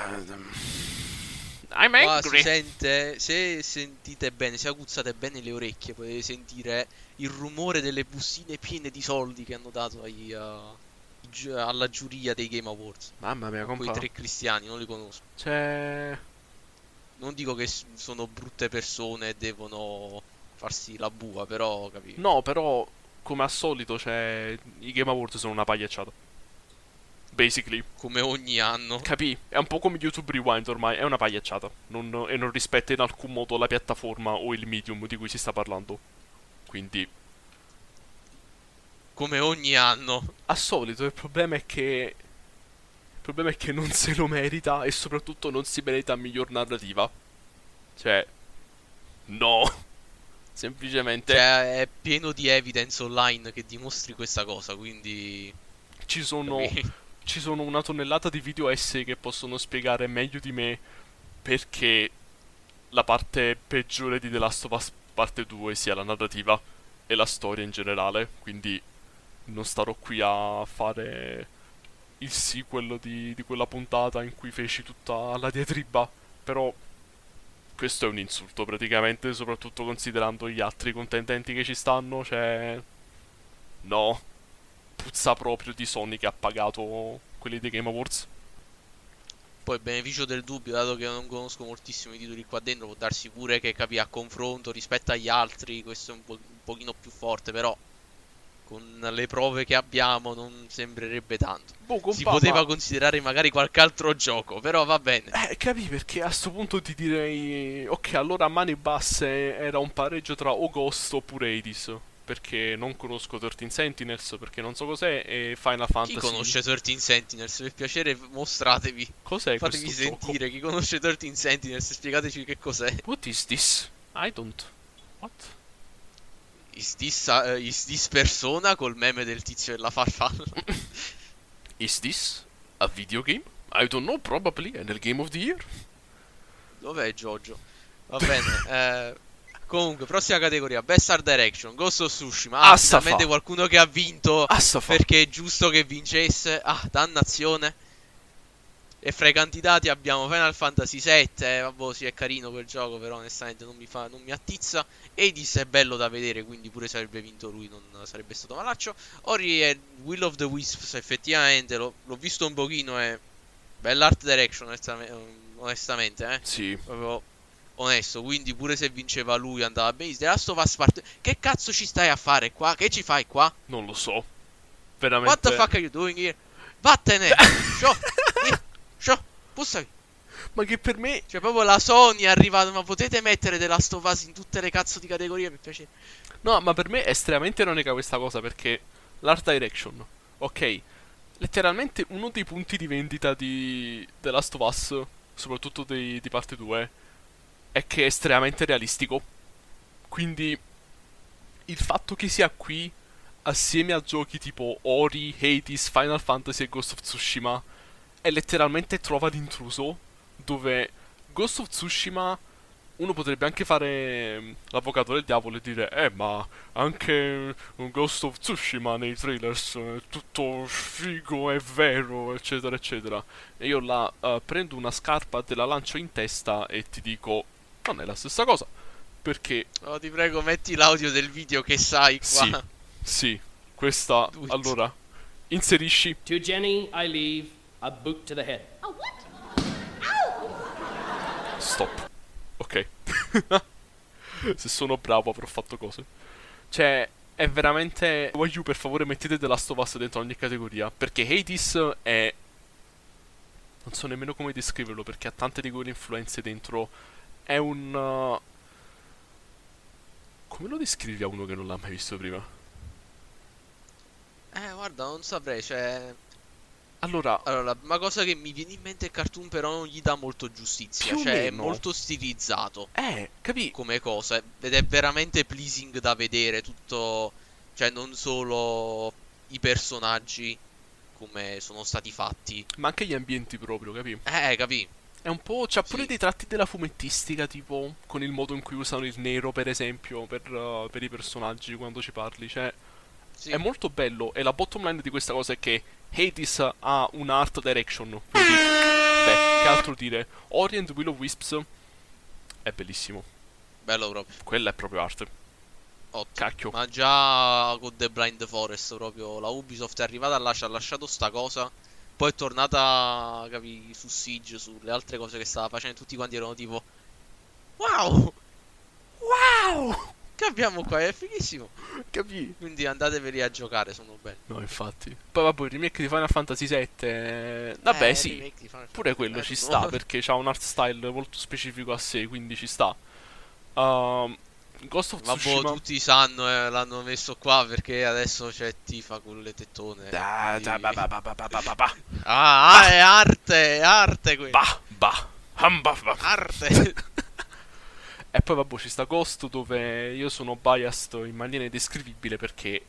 I'm Qua si angry. sente, se sentite bene, se aguzzate bene le orecchie, potete sentire il rumore delle bustine piene di soldi che hanno dato alla giuria dei Game Awards. Mamma mia, Quei compa. tre cristiani, non li conosco. Cioè... Non dico che sono brutte persone e devono farsi la bua, però capito. No, però, come al solito, cioè, i Game Awards sono una pagliacciata. Basically. Come ogni anno. Capì? È un po' come YouTube Rewind ormai, è una pagliacciata. E non rispetta in alcun modo la piattaforma o il medium di cui si sta parlando. Quindi, Come ogni anno. al solito, il problema è che... Il problema è che non se lo merita e soprattutto non si merita miglior narrativa. Cioè, no. Semplicemente Cioè, è pieno di evidence online che dimostri questa cosa, quindi... ci sono... capì? Ci sono una tonnellata di video essay che possono spiegare meglio di me perché la parte peggiore di The Last of Us parte 2 sia la narrativa e la storia in generale, quindi non starò qui a fare il sequel di quella puntata in cui feci tutta la diatriba, però questo è un insulto praticamente, soprattutto considerando gli altri contendenti che ci stanno, cioè... No, puzza proprio di Sony che ha pagato quelli dei Game Awards. Poi beneficio del dubbio, dato che non conosco moltissimo i titoli qua dentro, può darsi pure che capì a confronto rispetto agli altri, questo è un pochino più forte, però con le prove che abbiamo non sembrerebbe tanto. Boh, Si compa, poteva ma... considerare magari qualche altro gioco, però va bene. Capì perché a sto punto ti direi... Ok, allora a mani basse era un pareggio tra o Ghost oppure Hades. Perché non conosco 13 Sentinels, perché non so cos'è, e Final Chi Fantasy... conosce 13 Sentinels? Per piacere mostratevi. Cos'è Fatemi questo gioco? sentire chi conosce 13 Sentinels, spiegateci che cos'è. What is this? I don't... What? Is this persona col meme del tizio della farfalla? Is this a video game? I don't know, probably, è nel Game of the Year. Dov'è Jojo? Va bene, comunque, prossima categoria, Best Art Direction, Ghost of Tsushima. Ah, Assa finalmente fa. qualcuno che ha vinto, Assa fa. perché è giusto che vincesse. Ah, dannazione. E fra i candidati abbiamo Final Fantasy VII, vabbè sì è carino quel gioco, però onestamente non mi attizza. Hades è bello da vedere, quindi pure se avrebbe vinto lui non sarebbe stato malaccio. Ori e Will of the Wisps, effettivamente l'ho visto un pochino, è bella art direction onestamente, Sì. proprio onesto, quindi pure se vinceva lui andava bene. The Last of Us Part... Che cazzo ci stai a fare qua? Che ci fai qua? Non lo so. Veramente. What the fuck are you doing here? Vattene! Sciò! Sciò! Bussami! Ma che per me... Cioè proprio la Sony è arrivata. Ma potete mettere The Last of Us in tutte le cazzo di categorie per piacere? No, ma per me è estremamente ironica questa cosa perché l'art direction, ok, letteralmente uno dei punti di vendita di The Last of Us, soprattutto di parte 2, è che è estremamente realistico. Quindi il fatto che sia qui assieme a giochi tipo Ori, Hades, Final Fantasy e Ghost of Tsushima è letteralmente trova d'intruso, dove Ghost of Tsushima uno potrebbe anche fare l'avvocato del diavolo e dire ma anche un Ghost of Tsushima nei trailers è tutto figo, è vero, eccetera eccetera. E io la prendo una scarpa, te la lancio in testa e ti dico non è la stessa cosa. Perché Oh, ti prego, metti l'audio del video che sai qua. sì, sì, questa Do it. allora inserisci. To Jenny, I leave a boot to the head. Stop. Ok. Se sono bravo avrò fatto cose. Cioè, è veramente... Voglio per favore mettete The Last of Us dentro ogni categoria. Perché Hades è... Non so nemmeno come descriverlo perché ha tante di quelle influenze dentro. È un... Come lo descrivi a uno che non l'ha mai visto prima? Guarda, non saprei, cioè... Allora, Allora, la cosa che mi viene in mente è il cartoon però non gli dà molto giustizia. Più o Cioè, è meno. molto stilizzato capì? come cosa. Ed è veramente pleasing da vedere tutto. Cioè, non solo i personaggi come sono stati fatti. Ma anche gli ambienti proprio, capì? Capì? È un po'. C'ha pure Sì. dei tratti della fumettistica, tipo con il modo in cui usano il nero, per esempio, per i personaggi quando ci parli. Cioè, Sì. è molto bello. E la bottom line di questa cosa è che Hades ha un art direction. Quindi, beh, che altro dire? Ori and the Will of Wisps è bellissimo. Bello proprio. Quella è proprio arte. Ottimo. Cacchio. Ma già con The Blind Forest proprio la Ubisoft è arrivata là, ci ha lasciato sta cosa. Poi è tornata, capi, su Siege, sulle altre cose che stava facendo. Tutti quanti erano tipo wow! Wow! Che abbiamo qua? È fighissimo. Capì? Quindi andateveli a giocare, sono belli. No, infatti. Poi vabbè, il remake di Final Fantasy VII. Vabbè, il sì. remake di Final Pure Fantasy quello ci VII, sta no? perché ha un art style molto specifico a sé, quindi ci sta. Ghost of Ma boh, Tsushima. tutti sanno, l'hanno messo qua perché adesso c'è Tifa con le tettone. quindi- è arte quella. Arte. E poi vabbè ci sta Ghost dove io sono biased in maniera indescrivibile perché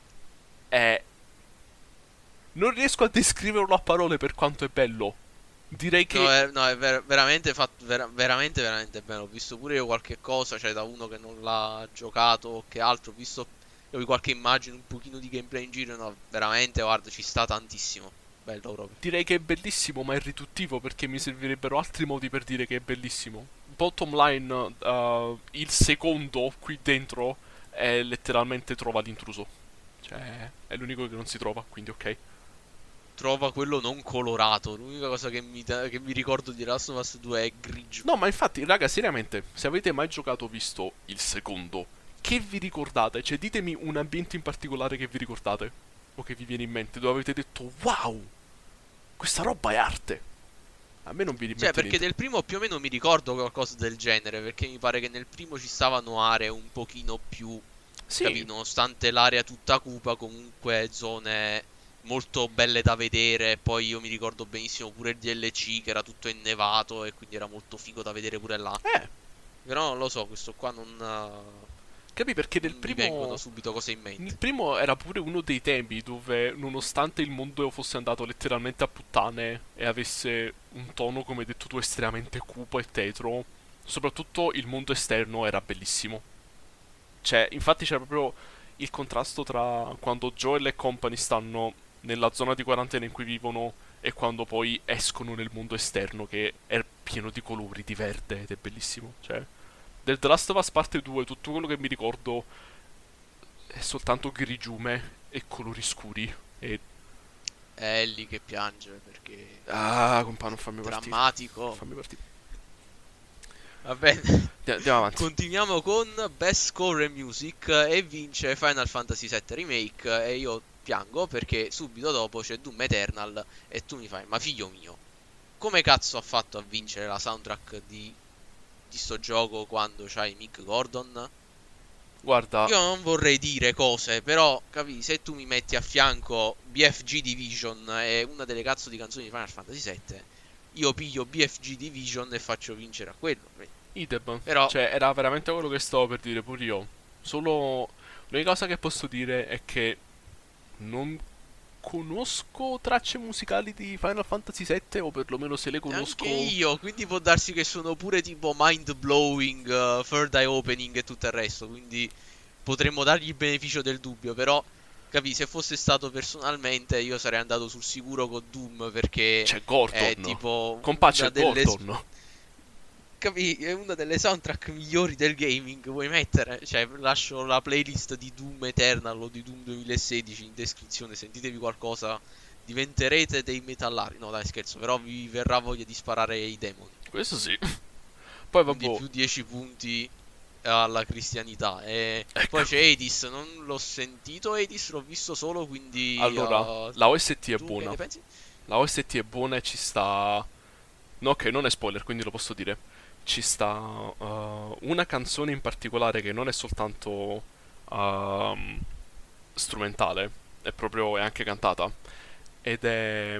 è... Non riesco a descriverlo a parole per quanto è bello. Direi che No, è veramente fatto, veramente, veramente bene. Ho visto pure io qualche cosa, cioè da uno che non l'ha giocato o che altro. Ho visto qualche immagine, un pochino di gameplay in giro. No, veramente, guarda, ci sta tantissimo. Bello proprio. direi che è bellissimo, ma è riduttivo perché mi servirebbero altri modi per dire che è bellissimo. Bottom line, il secondo qui dentro è letteralmente trova l'intruso. Cioè, è l'unico che non si trova, quindi ok. Trova quello non colorato. L'unica cosa che mi ricordo di Last of Us 2 è grigio. No, ma infatti, raga, seriamente, se avete mai giocato o visto il secondo, che vi ricordate? Cioè, ditemi un ambiente in particolare che vi ricordate o che vi viene in mente, dove avete detto wow, questa roba è arte. A me non viene in Cioè, mente perché niente. del primo più o meno mi ricordo qualcosa del genere. Perché mi pare che nel primo ci stavano aree un pochino più, Sì, capì, nonostante l'area tutta cupa, comunque zone molto belle da vedere. Poi io mi ricordo benissimo pure il DLC che era tutto innevato e quindi era molto figo da vedere pure là. eh, Però non lo so, questo qua capi perché non mi vengono subito cose in nel mente. primo era pure uno dei temi dove, nonostante il mondo fosse andato letteralmente a puttane e avesse un tono, come hai detto tu, estremamente cupo e tetro, soprattutto il mondo esterno era bellissimo. Cioè, infatti c'era proprio il contrasto tra quando Joel e company stanno nella zona di quarantena in cui vivono e quando poi escono nel mondo esterno che è pieno di colori, di verde ed è bellissimo. Cioè, del The Last of Us Parte 2 tutto quello che mi ricordo è soltanto grigiume e colori scuri. E... È Ellie che piange perché Ah, compà, non fammi partire. Non drammatico. fammi partire. Va bene. Andiamo avanti. Continuiamo con Best Score and Music e vince Final Fantasy VII Remake e io piango perché subito dopo c'è Doom Eternal e tu mi fai, ma figlio mio, come cazzo ha fatto a vincere la soundtrack di sto gioco quando c'hai Mick Gordon? Guarda, Io non vorrei dire cose, però, capi, se tu mi metti a fianco BFG Division e una delle cazzo di canzoni di Final Fantasy VII, io piglio BFG Division e faccio vincere a quello. idem. Però, Cioè, era veramente quello che stavo per dire pure io. Solo... L'unica cosa che posso dire è che non conosco tracce musicali di Final Fantasy VII, o perlomeno se le conosco... anche io, quindi può darsi che sono pure tipo mind blowing, third eye opening e tutto il resto, quindi potremmo dargli il beneficio del dubbio, però capi, se fosse stato personalmente io sarei andato sul sicuro con Doom perché C'è è Gordon. tipo Compà, una c'è delle Gordon. capi, è una delle soundtrack migliori del gaming, vuoi mettere? Cioè, lascio la playlist di Doom Eternal o di Doom 2016 in descrizione, sentitevi qualcosa, diventerete dei metallari. No, dai, scherzo, però vi verrà voglia di sparare i demoni. Questo sì. Poi Quindi vabbè. più 10 punti alla cristianità. E Ecco. poi c'è Hades, non l'ho sentito Hades, l'ho visto solo, quindi Allora, la OST è tu che buona. ne pensi? La OST è buona e ci sta... No, ok, non è spoiler, quindi lo posso dire. Ci sta una canzone in particolare che non è soltanto ehm, strumentale, è anche cantata. Ed è...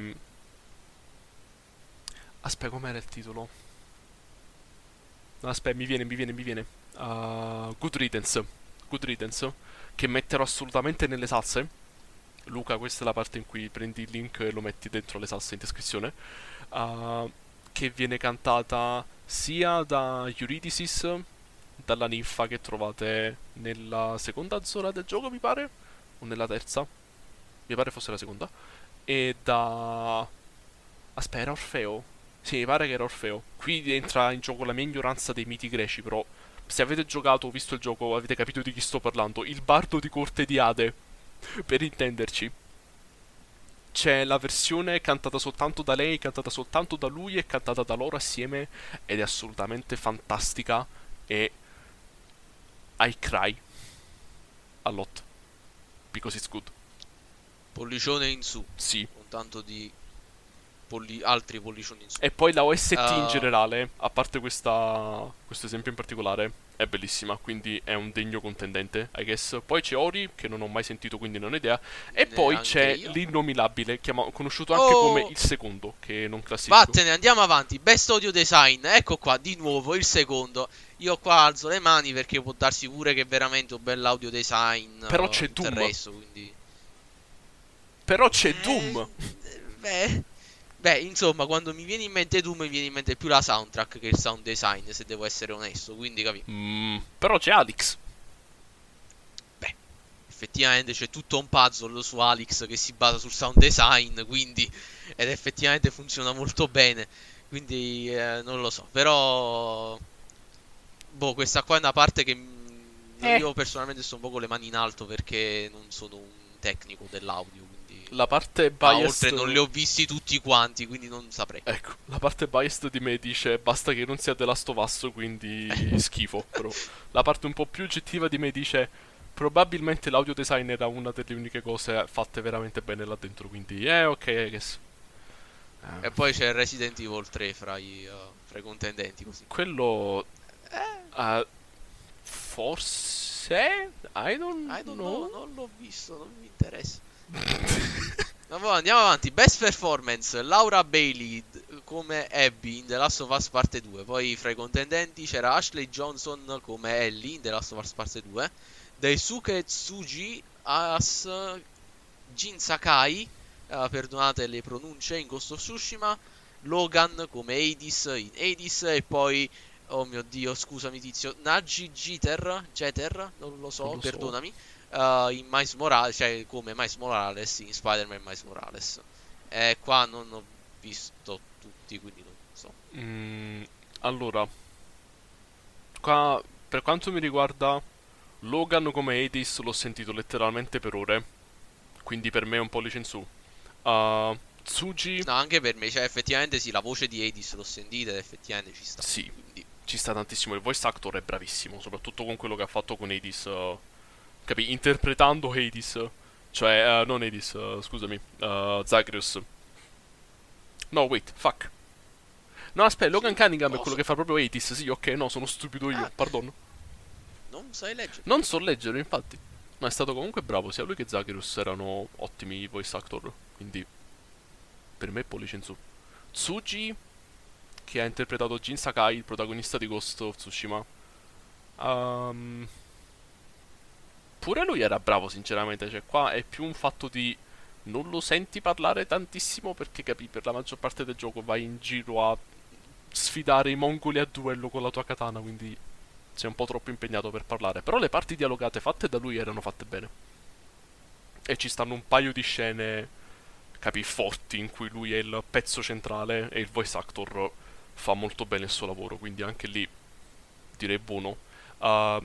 Aspetta, com'era il titolo? No, aspetta, mi viene. Good Riddance. Good Riddance. Che metterò assolutamente nelle salse. Luca, questa è la parte in cui prendi il link e lo metti dentro le salse in descrizione. Uh, che viene cantata sia da Eurydice, dalla ninfa che trovate nella seconda zona del gioco, mi pare, o nella terza, mi pare fosse la seconda, e da... Aspetta, era Orfeo? Sì, mi pare che era Orfeo. Qui entra in gioco la mia ignoranza dei miti greci, però se avete giocato o visto il gioco avete capito di chi sto parlando. Il bardo di corte di Ade, per intenderci. C'è la versione cantata soltanto da lei, cantata soltanto da lui e cantata da loro assieme ed è assolutamente fantastica e I cry a lot because it's good. Pollicione in su, Sì. con tanto di altri pollicioni in su. E poi la OST in Uh, generale, a parte questo esempio in particolare, è bellissima, quindi è un degno contendente, I guess. Poi c'è Ori, che non ho mai sentito, quindi non ho idea. E poi Neanche c'è io. l'innominabile, conosciuto anche come Oh, il secondo, che non classifico. vattene, andiamo avanti. Best audio design, ecco qua, di nuovo, il secondo. Io qua alzo le mani perché può darsi pure che è veramente un bel audio design, Però c'è tutto il Doom. resto, quindi... Però c'è Doom. Beh, Beh, insomma, quando mi viene in mente tu, mi viene in mente più la soundtrack che il sound design, se devo essere onesto, quindi capi. Però c'è Alex. Beh, effettivamente c'è tutto un puzzle su Alex che si basa sul sound design, quindi ed effettivamente funziona molto bene. Quindi non lo so, però boh, questa qua è una parte che io personalmente sto un po' con le mani in alto perché non sono un tecnico dell'audio, quindi La parte ma oltre non li biased. ho visti tutti quanti, quindi non saprei. Ecco, la parte biased di me dice basta che non sia The Last of Us, quindi schifo. Però la parte un po' più oggettiva di me dice probabilmente l'audio design era una delle uniche cose fatte veramente bene là dentro, quindi ok, I guess. E poi c'è Resident Evil 3 fra i contendenti così. Quello Eh, forse I don't I don't know, know. non l'ho visto, non mi interessa. Ma poi andiamo avanti. Best performance: Laura Bailey come Abby in The Last of Us Parte 2. Poi fra i contendenti c'era Ashley Johnson come Ellie in The Last of Us Parte 2. Daisuke Tsuji as Jin Sakai, perdonate le pronunce, in Ghost of Tsushima. Logan come Hades in Hades. E poi, oh mio Dio, scusami tizio, Naji Jeter, non lo Non so, lo so. perdonami, in Miles Morales, cioè come Miles Morales in Spider-Man Miles Morales. E qua non ho visto tutti, quindi non so. Allora, qua per quanto mi riguarda, Logan come Hades l'ho sentito letteralmente per ore, quindi per me è un pollice in su. Tsuji, No, anche per me, cioè effettivamente sì, la voce di Hades l'ho sentita ed effettivamente ci sta. sì, Quindi, ci sta tantissimo. Il voice actor è bravissimo, soprattutto con quello che ha fatto con Hades, capì? Interpretando Hades, cioè, non Hades, scusami, Zagreus. No, wait, fuck. No, aspetta, Logan sì, Cunningham è quello cosa? che fa proprio Hades, sì, ok, no, sono stupido io, Ah, pardon. non sai leggere. Non so leggere, infatti. Ma è stato comunque bravo, sia lui che Zagreus erano ottimi voice actor, quindi per me pollice in su. Tsuji, che ha interpretato Jin Sakai, il protagonista di Ghost of Tsushima. Ehm, Pure lui era bravo, sinceramente. Cioè, qua è più un fatto di non lo senti parlare tantissimo perché capi, per la maggior parte del gioco vai in giro a sfidare i mongoli a duello con la tua katana, quindi sei un po' troppo impegnato per parlare. Però le parti dialogate fatte da lui erano fatte bene. E ci stanno un paio di scene, capi, forti in cui lui è il pezzo centrale e il voice actor fa molto bene il suo lavoro, quindi anche lì direi buono. Uh,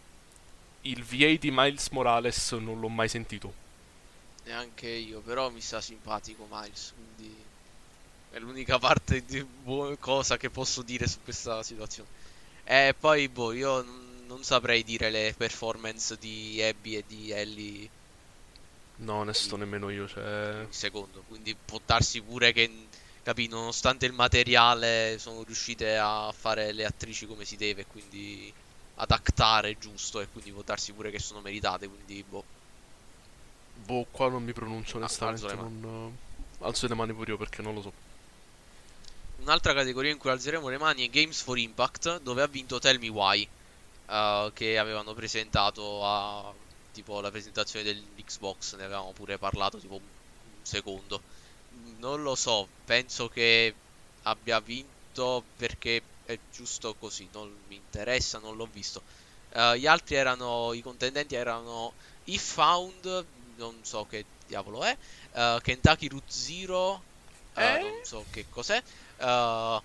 il VA di Miles Morales non l'ho mai sentito. Neanche io, però mi sta simpatico Miles, quindi è l'unica parte di cosa che posso dire su questa situazione. E poi, boh, io non saprei dire le performance di Abby e di Ellie No, onesto in, nemmeno io, cioè. in secondo, quindi può darsi pure che, capì, nonostante il materiale, sono riuscite a fare le attrici come si deve, quindi ad actare giusto, e quindi può darsi pure che sono meritate, quindi, boh, Boh, qua non mi pronuncio alzo le onestamente, mani. non. Alzo le mani pure io perché non lo so. Un'altra categoria in cui alzeremo le mani è Games for Impact, dove ha vinto Tell Me Why, che avevano presentato a tipo la presentazione dell'Xbox, ne avevamo pure parlato tipo un secondo. Non lo so, penso che abbia vinto perché è giusto così, non mi interessa, non l'ho visto. Gli altri erano, i contendenti erano If Found, non so che diavolo è, Kentucky Route Zero, non so che cos'è, uh,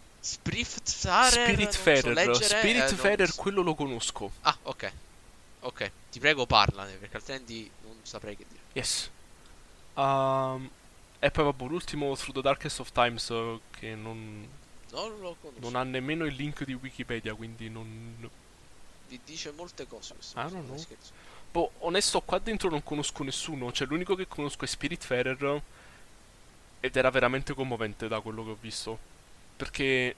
non so Spiritfarer, leggere, Spiritfarer quello lo conosco. Ah, ok, ok, ti prego parlane, perché altrimenti non saprei che dire. Yes. Um, e poi vabbè, l'ultimo Through the Darkest of Times che Non lo non ha conosco, nemmeno il link di Wikipedia, quindi non. vi dice molte cose questo, I don't non è know. scherzo. Boh, onesto, qua dentro non conosco nessuno. Cioè, l'unico che conosco è Spiritfarer. Ed era veramente commovente da quello che ho visto. Perché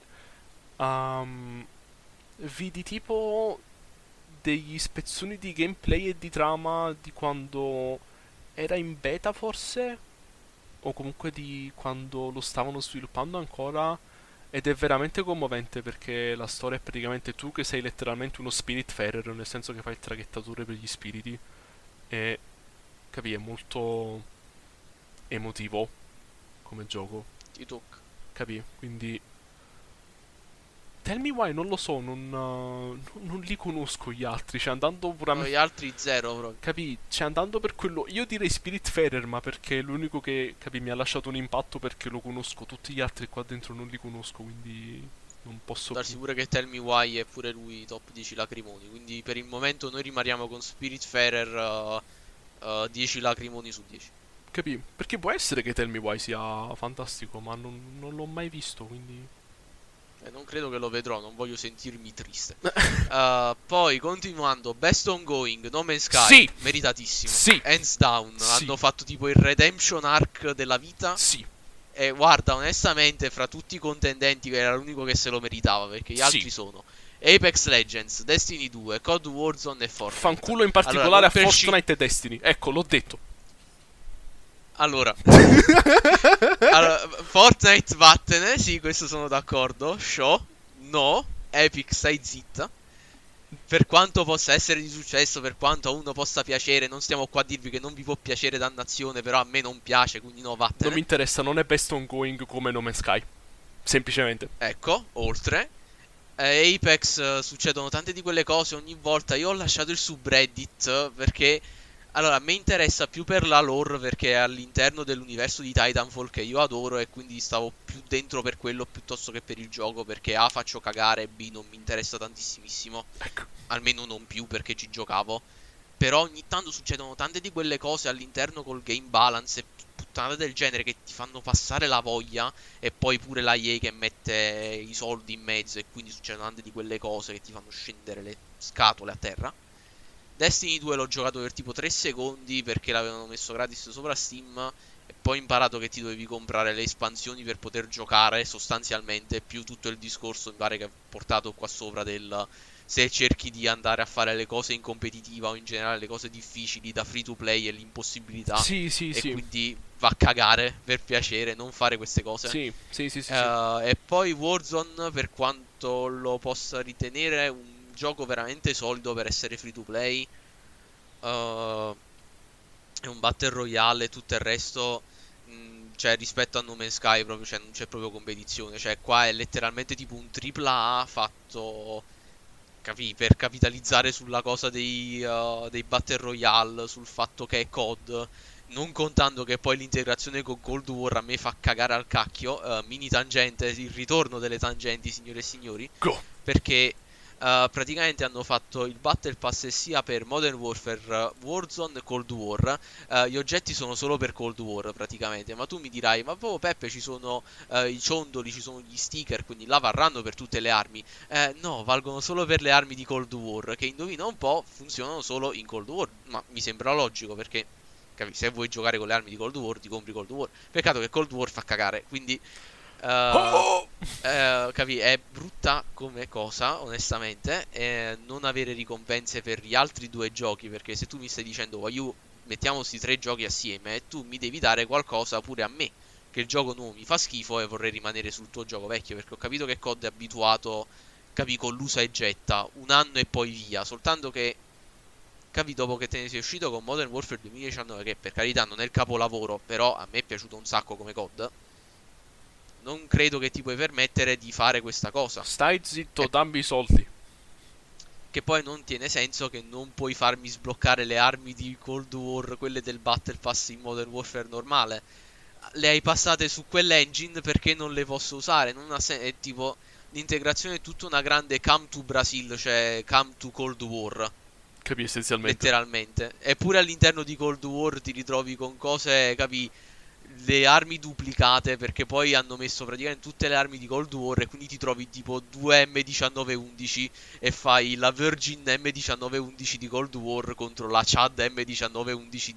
vidi tipo degli spezzoni di gameplay e di trama di quando era in beta forse, o comunque di quando lo stavano sviluppando ancora. Ed è veramente commovente perché la storia è praticamente tu che sei letteralmente uno Spiritfarer, nel senso che fai il traghettatore per gli spiriti. E capì, è molto emotivo come gioco. ti tocca. Capì? Quindi Tell Me Why non lo so, non li conosco gli altri, cioè andando Gli puramente. altri zero proprio. Capì? Cioè andando per quello. Io direi Spiritfarer, ma perché è l'unico che, capì, mi ha lasciato un impatto perché lo conosco. Tutti gli altri qua dentro non li conosco, quindi non posso Darsi più. pure che Tell Me Why è pure lui top 10 lacrimoni. Quindi per il momento noi rimaniamo con Spiritfarer 10 lacrimoni su 10. Capì? Perché può essere che Tell Me Why sia fantastico, ma non l'ho mai visto, quindi. Non credo che lo vedrò, non voglio sentirmi triste. Poi continuando, Best Ongoing, No Man's Sky, Sì! meritatissimo. Sì! Hands down, Sì. hanno fatto tipo il redemption arc della vita. Sì, E guarda, onestamente, fra tutti i contendenti era l'unico che se lo meritava, perché gli Sì. altri sono Apex Legends, Destiny 2, COD Warzone e Fortnite. fanculo in particolare Allora, a non per sci- Fortnite e Destiny. Ecco, l'ho detto. Allora, Fortnite vattene, sì, questo sono d'accordo. Show, no, Epic stai zitta. Per quanto possa essere di successo, per quanto a uno possa piacere, non stiamo qua a dirvi che non vi può piacere dannazione, però a me non piace, quindi no, Non vattene. mi interessa, non è best ongoing come No Man's Sky. Semplicemente. Ecco, oltre. Apex succedono tante di quelle cose ogni volta. Io ho lasciato il subreddit perché allora a me interessa più per la lore perché è all'interno dell'universo di Titanfall che io adoro e quindi stavo più dentro per quello piuttosto che per il gioco perché A faccio cagare e B non mi interessa tantissimissimo. Ecco. Almeno non più perché ci giocavo. Però ogni tanto succedono tante di quelle cose all'interno col game balance e puttanate del genere che ti fanno passare la voglia e poi pure la EA che mette i soldi in mezzo e quindi succedono tante di quelle cose che ti fanno scendere le scatole a terra. Destiny 2 l'ho giocato per tipo 3 secondi perché l'avevano messo gratis sopra Steam e poi ho imparato che ti dovevi comprare le espansioni per poter giocare sostanzialmente, più tutto il discorso mi pare che ha portato qua sopra del se cerchi di andare a fare le cose in competitiva o in generale le cose difficili da free to play e l'impossibilità Sì, sì, e sì. quindi va a cagare per piacere, non fare queste cose. Sì, sì, sì, sì, sì. E poi Warzone, per quanto lo possa ritenere un gioco veramente solido per essere free to play, è un battle royale e tutto il resto, cioè rispetto a No Man's Sky proprio, cioè, non c'è proprio competizione, cioè qua è letteralmente tipo un tripla A fatto, capì, per capitalizzare sulla cosa dei battle royale, sul fatto che è COD. Non contando che poi l'integrazione con Cold War a me fa cagare al cacchio. Mini tangente, il ritorno delle tangenti, signore e signori. Go. Perché praticamente hanno fatto il Battle Pass sia per Modern Warfare, Warzone e Cold War. Gli oggetti sono solo per Cold War praticamente. Ma tu mi dirai, ma proprio Peppe ci sono i ciondoli, ci sono gli sticker, quindi là varranno per tutte le armi. No, valgono solo per le armi di Cold War, che indovina un po' funzionano solo in Cold War. Ma mi sembra logico perché se vuoi giocare con le armi di Cold War, ti compri Cold War. Peccato che Cold War fa cagare. Quindi, Oh! capì, è brutta come cosa, onestamente. Non avere ricompense per gli altri due giochi. Perché se tu mi stai dicendo, voglio, mettiamo questi tre giochi assieme, tu mi devi dare qualcosa pure a me. Che il gioco nuovo mi fa schifo e vorrei rimanere sul tuo gioco vecchio. Perché ho capito che COD è abituato, capì, con l'usa e getta, un anno e poi via. Soltanto che capi dopo che te ne sei uscito con Modern Warfare 2019 che per carità non è il capolavoro però a me è piaciuto un sacco come COD, non credo che ti puoi permettere di fare questa cosa, Stai zitto, dammi i soldi. che poi non tiene senso che non puoi farmi sbloccare le armi di Cold War, quelle del Battle Pass in Modern Warfare normale, le hai passate su quell'engine perché non le posso usare, non ha è tipo l'integrazione è tutta una grande come to Brazil, cioè come to Cold War Capi essenzialmente. letteralmente. Eppure all'interno di Cold War ti ritrovi con cose, capi, le armi duplicate perché poi hanno messo praticamente tutte le armi di Cold War e quindi ti trovi tipo due M1911 e fai la Virgin M1911 di Cold War contro la Chad M1911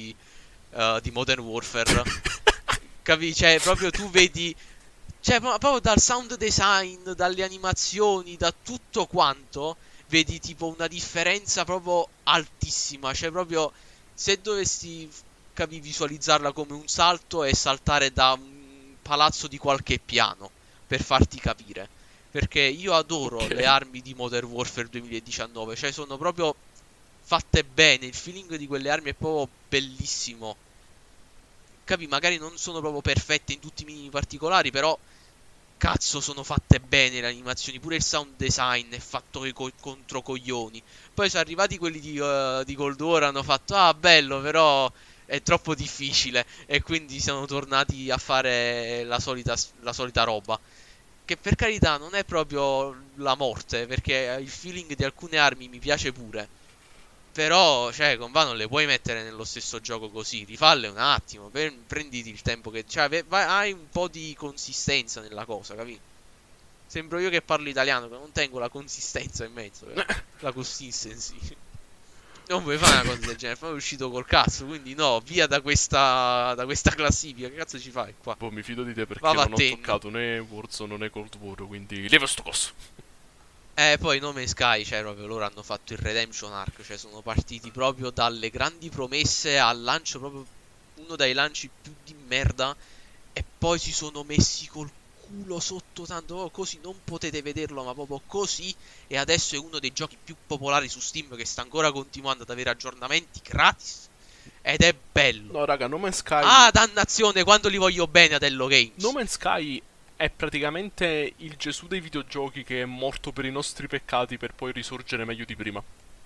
di Modern Warfare. Capi? Cioè, proprio tu vedi, cioè, proprio dal sound design, dalle animazioni, da tutto quanto, vedi tipo una differenza proprio altissima. Cioè, proprio se dovessi, capi, visualizzarla come un salto e saltare da un palazzo di qualche piano, per farti capire. Perché io adoro Ok. le armi di Modern Warfare 2019, cioè sono proprio fatte bene, il feeling di quelle armi è proprio bellissimo. capi, magari non sono proprio perfette in tutti i minimi particolari, però cazzo sono fatte bene le animazioni, pure il sound design è fatto coi controcoglioni. Poi sono arrivati quelli di Cold War, hanno fatto, ah bello, però è troppo difficile, e quindi sono tornati a fare la solita roba. Che per carità non è proprio la morte, perché il feeling di alcune armi mi piace pure. Però, cioè, con va non le puoi mettere nello stesso gioco così. Rifalle un attimo, prenditi il tempo che... Cioè, hai un po' di consistenza nella cosa, capito? Sembro io che parlo italiano, che non tengo la consistenza in mezzo, però. La consistency. Non puoi fare una cosa del genere, poi è uscito col cazzo, quindi no, via da questa classifica. Che cazzo ci fai qua? Boh, mi fido di te perché Va non ho vattene. toccato né Warzone né Cold War, quindi leva sto coso. Poi No Man's Sky, cioè proprio loro hanno fatto il Redemption Arc, cioè sono partiti proprio dalle grandi promesse al lancio, proprio uno dei lanci più di merda, e poi si sono messi col culo sotto tanto, proprio così, non potete vederlo, ma proprio così, e adesso è uno dei giochi più popolari su Steam, che sta ancora continuando ad avere aggiornamenti gratis, ed è bello. No, raga, No Man's Sky... Ah, dannazione, quando li voglio bene ad Hello Games. No Man's Sky è praticamente il Gesù dei videogiochi che è morto per i nostri peccati per poi risorgere meglio di prima.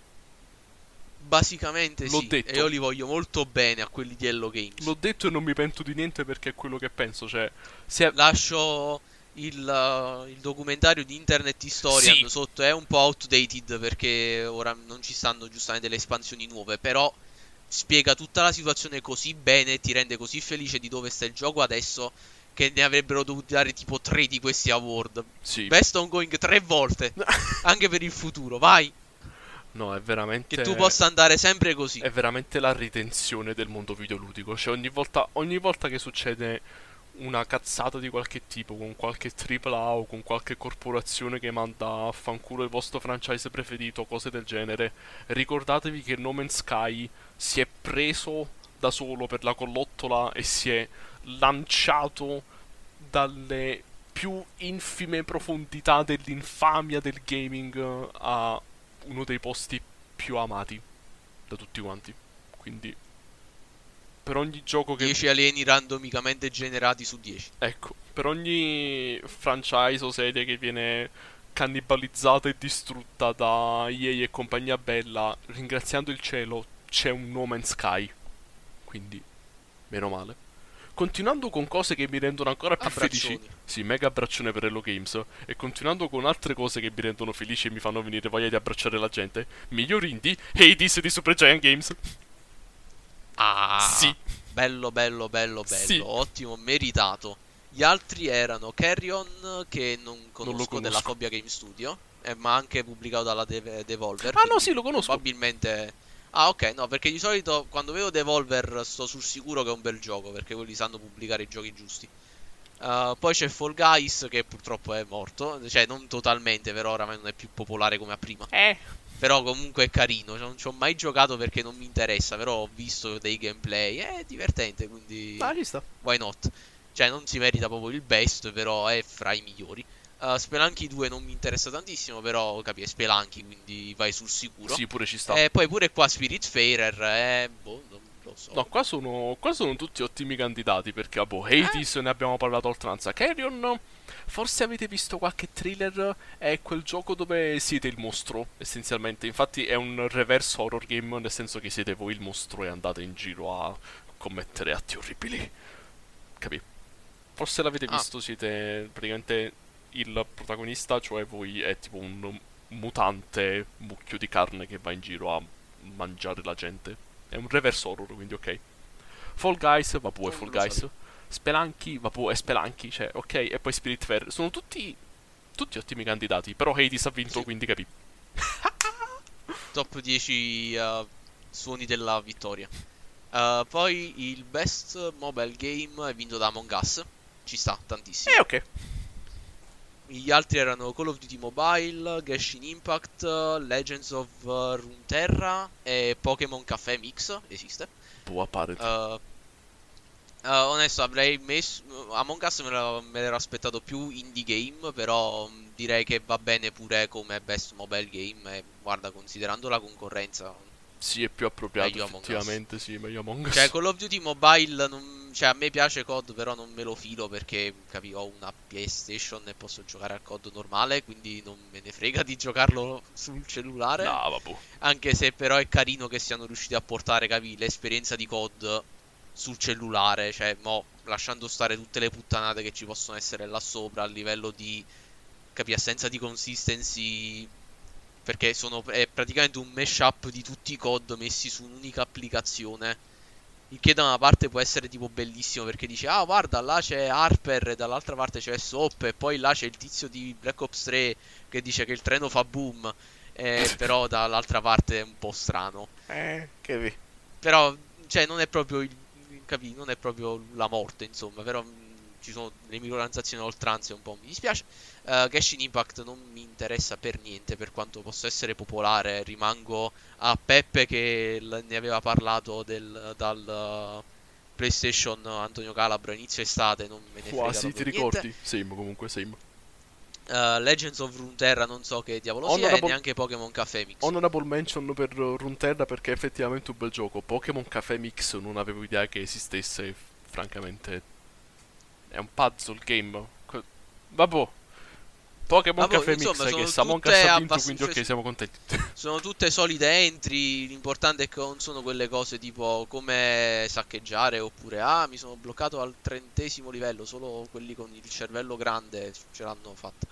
Basicamente L'ho sì, detto. e io li voglio molto bene a quelli di Hello Games. L'ho detto e non mi pento di niente perché è quello che penso, cioè... Se... Lascio il documentario di Internet Historian Sì. sotto, è un po' outdated perché ora non ci stanno giustamente delle espansioni nuove, però spiega tutta la situazione così bene, ti rende così felice di dove sta il gioco adesso, che ne avrebbero dovuti dare tipo 3 di questi award. Sì. Best ongoing 3 volte, anche per il futuro, vai, No, è veramente... che tu possa andare sempre così. È veramente la ritenzione del mondo videoludico. Cioè, ogni volta che succede una cazzata di qualche tipo, con qualche AAA o con qualche corporazione che manda a fanculo il vostro franchise preferito, cose del genere, ricordatevi che No Man's Sky si è preso da solo per la collottola e si è lanciato dalle più infime profondità dell'infamia del gaming a uno dei posti più amati da tutti quanti. Quindi, per ogni gioco che... 10 alieni randomicamente generati su 10. Ecco, per ogni franchise o serie che viene cannibalizzata e distrutta da EA e compagnia bella, ringraziando il cielo, c'è un No Man's Sky. Quindi, meno male. Continuando con cose che mi rendono ancora più Abbraccioni. felici. Sì, mega abbraccione per Hello Games. E continuando con altre cose che mi rendono felici e mi fanno venire voglia di abbracciare la gente. Miglior indie, Hades di Supergiant Games. Ah, Sì. bello, bello, bello, bello, Sì. ottimo, meritato. Gli altri erano Carrion, che non conosco, della conosco. Fobia Game Studio, ma anche pubblicato dalla Devolver. Ah no, quindi sì, lo conosco. probabilmente... Ah, ok, no, perché di solito quando vedo Devolver sto sul sicuro che è un bel gioco, perché quelli sanno pubblicare i giochi giusti. Poi c'è Fall Guys, che purtroppo è morto, cioè non totalmente, però oramai non è più popolare come a prima. Però comunque è carino, cioè, non ci ho mai giocato perché non mi interessa, però ho visto dei gameplay, è divertente, quindi Ah, ci sta. why not? Cioè non si merita proprio il best, però è fra i migliori. Spelunky 2 non mi interessa tantissimo, però capi, è Spelunky, quindi vai sul sicuro. Sì, pure ci sta. E poi pure qua Spiritfarer, boh, non lo so. No, qua sono tutti ottimi candidati perché, boh, Hades ne abbiamo parlato a oltranza. Carrion, forse avete visto qualche thriller? È quel gioco dove siete il mostro, essenzialmente. Infatti è un reverse horror game, nel senso che siete voi il mostro e andate in giro a commettere atti orribili. Capì? Forse l'avete Ah. visto, siete praticamente il protagonista, cioè voi è tipo un mutante mucchio di carne che va in giro a mangiare la gente. È un reverse horror, quindi ok. Fall Guys, vabbè, è Non Fall lo Guys. sapevo. Spelunky, vabbè, è Spelunky, cioè, ok. E poi Spiritfarer. Sono tutti ottimi candidati. Però Hades ha vinto, Sì. quindi capì. Top 10 suoni della vittoria. Poi il best mobile game è vinto da Among Us. Ci sta tantissimo. Ok. Gli altri erano Call of Duty Mobile, Genshin Impact, Legends of Runeterra e Pokémon Café Mix. Esiste. Boh, appare. Onesto, avrei messo Among Us, me l'ero aspettato più indie game, però direi che va bene pure come best mobile game. E guarda, considerando la concorrenza, Sì, è più appropriato, meglio Among Us. effettivamente, sì, meglio Among Us. cioè Call of Duty Mobile cioè, a me piace COD, però non me lo filo perché, capi, ho una PlayStation e posso giocare al COD normale, quindi non me ne frega di giocarlo sul cellulare. No, vabbè. Anche se però è carino che siano riusciti a portare, capi, l'esperienza di COD sul cellulare, cioè, mo, lasciando stare tutte le puttanate che ci possono essere là sopra a livello di, capi, assenza di consistency, perché è praticamente un mashup di tutti i COD messi su un'unica applicazione. Il che da una parte può essere tipo bellissimo perché dici, ah guarda, là c'è Harper e dall'altra parte c'è Soap e poi là c'è il tizio di Black Ops 3 che dice che il treno fa boom. Però dall'altra parte è un po' strano. Che vi. Però, cioè, non è proprio non è proprio la morte, insomma. Però ci sono le microtransazioni a oltranza e un po' mi dispiace. Genshin Impact non mi interessa per niente, per quanto possa essere popolare. Rimango a Peppe che ne aveva parlato dal PlayStation Antonio Calabro a inizio estate. Non me ne frega Quasi, ti proprio niente. ricordi? Same, comunque, same. Legends of Runeterra non so che diavolo sia, e Honorable, neanche Pokémon Café Mix. honorable mention per Runeterra perché è effettivamente un bel gioco. Pokémon Café Mix non avevo idea che esistesse, francamente. È un puzzle game. Vabbè. Pokémon Vabbè, Café insomma, Mix sono che Samon tutte Cassa ha vinto, abbastanza, quindi ok, siamo contenti. sono tutte solide entry. L'importante è che non sono quelle cose tipo come saccheggiare oppure mi sono bloccato al 30° livello. Solo quelli con il cervello grande ce l'hanno fatta.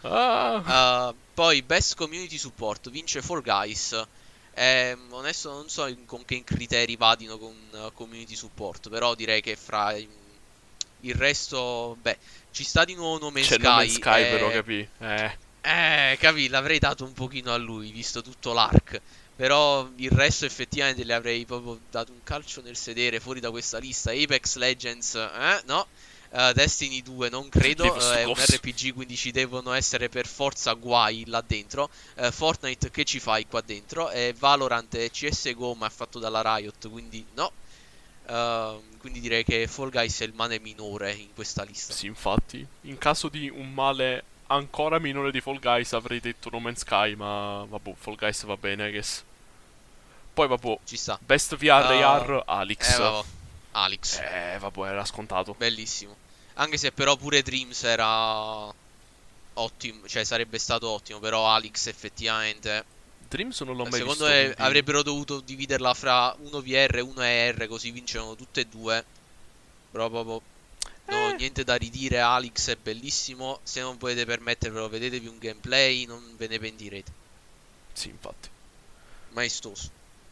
Poi Best Community Support vince Fall Guys. Onesto non so con che criteri vadino con Community Support, però direi che fra il resto, beh, ci sta di nuovo No Man's C'è Sky. No Man's Sky però, capì? Capì, l'avrei dato un pochino a lui, visto tutto l'arc. Però il resto effettivamente le avrei proprio dato un calcio nel sedere fuori da questa lista. Apex Legends, no. Destiny 2 non credo, è un RPG, quindi ci devono essere per forza guai là dentro. Fortnite che ci fai qua dentro? Valorant e CSGO ma è fatto dalla Riot, quindi no. Quindi direi che Fall Guys è il male minore in questa lista. Sì, infatti. In caso di un male ancora minore di Fall Guys avrei detto No Man's Sky, ma vabbè, Fall Guys va bene, I guess. Poi vabbè, Ci sta. Best VR AR, Alex. Vabbè. Alex. Vabbè, era scontato. Bellissimo. Anche se però pure Dreams era ottimo, cioè sarebbe stato ottimo, però Alex effettivamente, Dreams non l'ho mai secondo visto, me quindi... avrebbero dovuto dividerla fra uno VR e uno AR, così vincono tutte e due. Però proprio niente da ridire, Alex è bellissimo. Se non potete permettervelo, vedetevi un gameplay, non ve ne pentirete. Sì, infatti. Maestoso.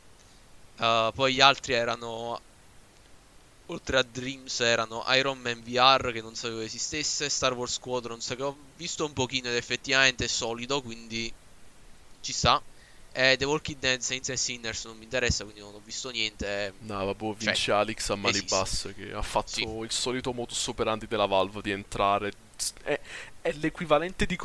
Poi gli altri erano, oltre a Dreams, erano Iron Man VR, che non sapevo esistesse, Star Wars Squadrons, che ho visto un pochino ed effettivamente è solido, quindi ci sta. The Walking Dead, Saints and Sinners non mi interessa, quindi non ho visto niente. No, vabbè, Cioè, vince Alex a mani esiste. basse, che ha fatto Sì. il solito modus operandi della Valve di entrare. È l'equivalente di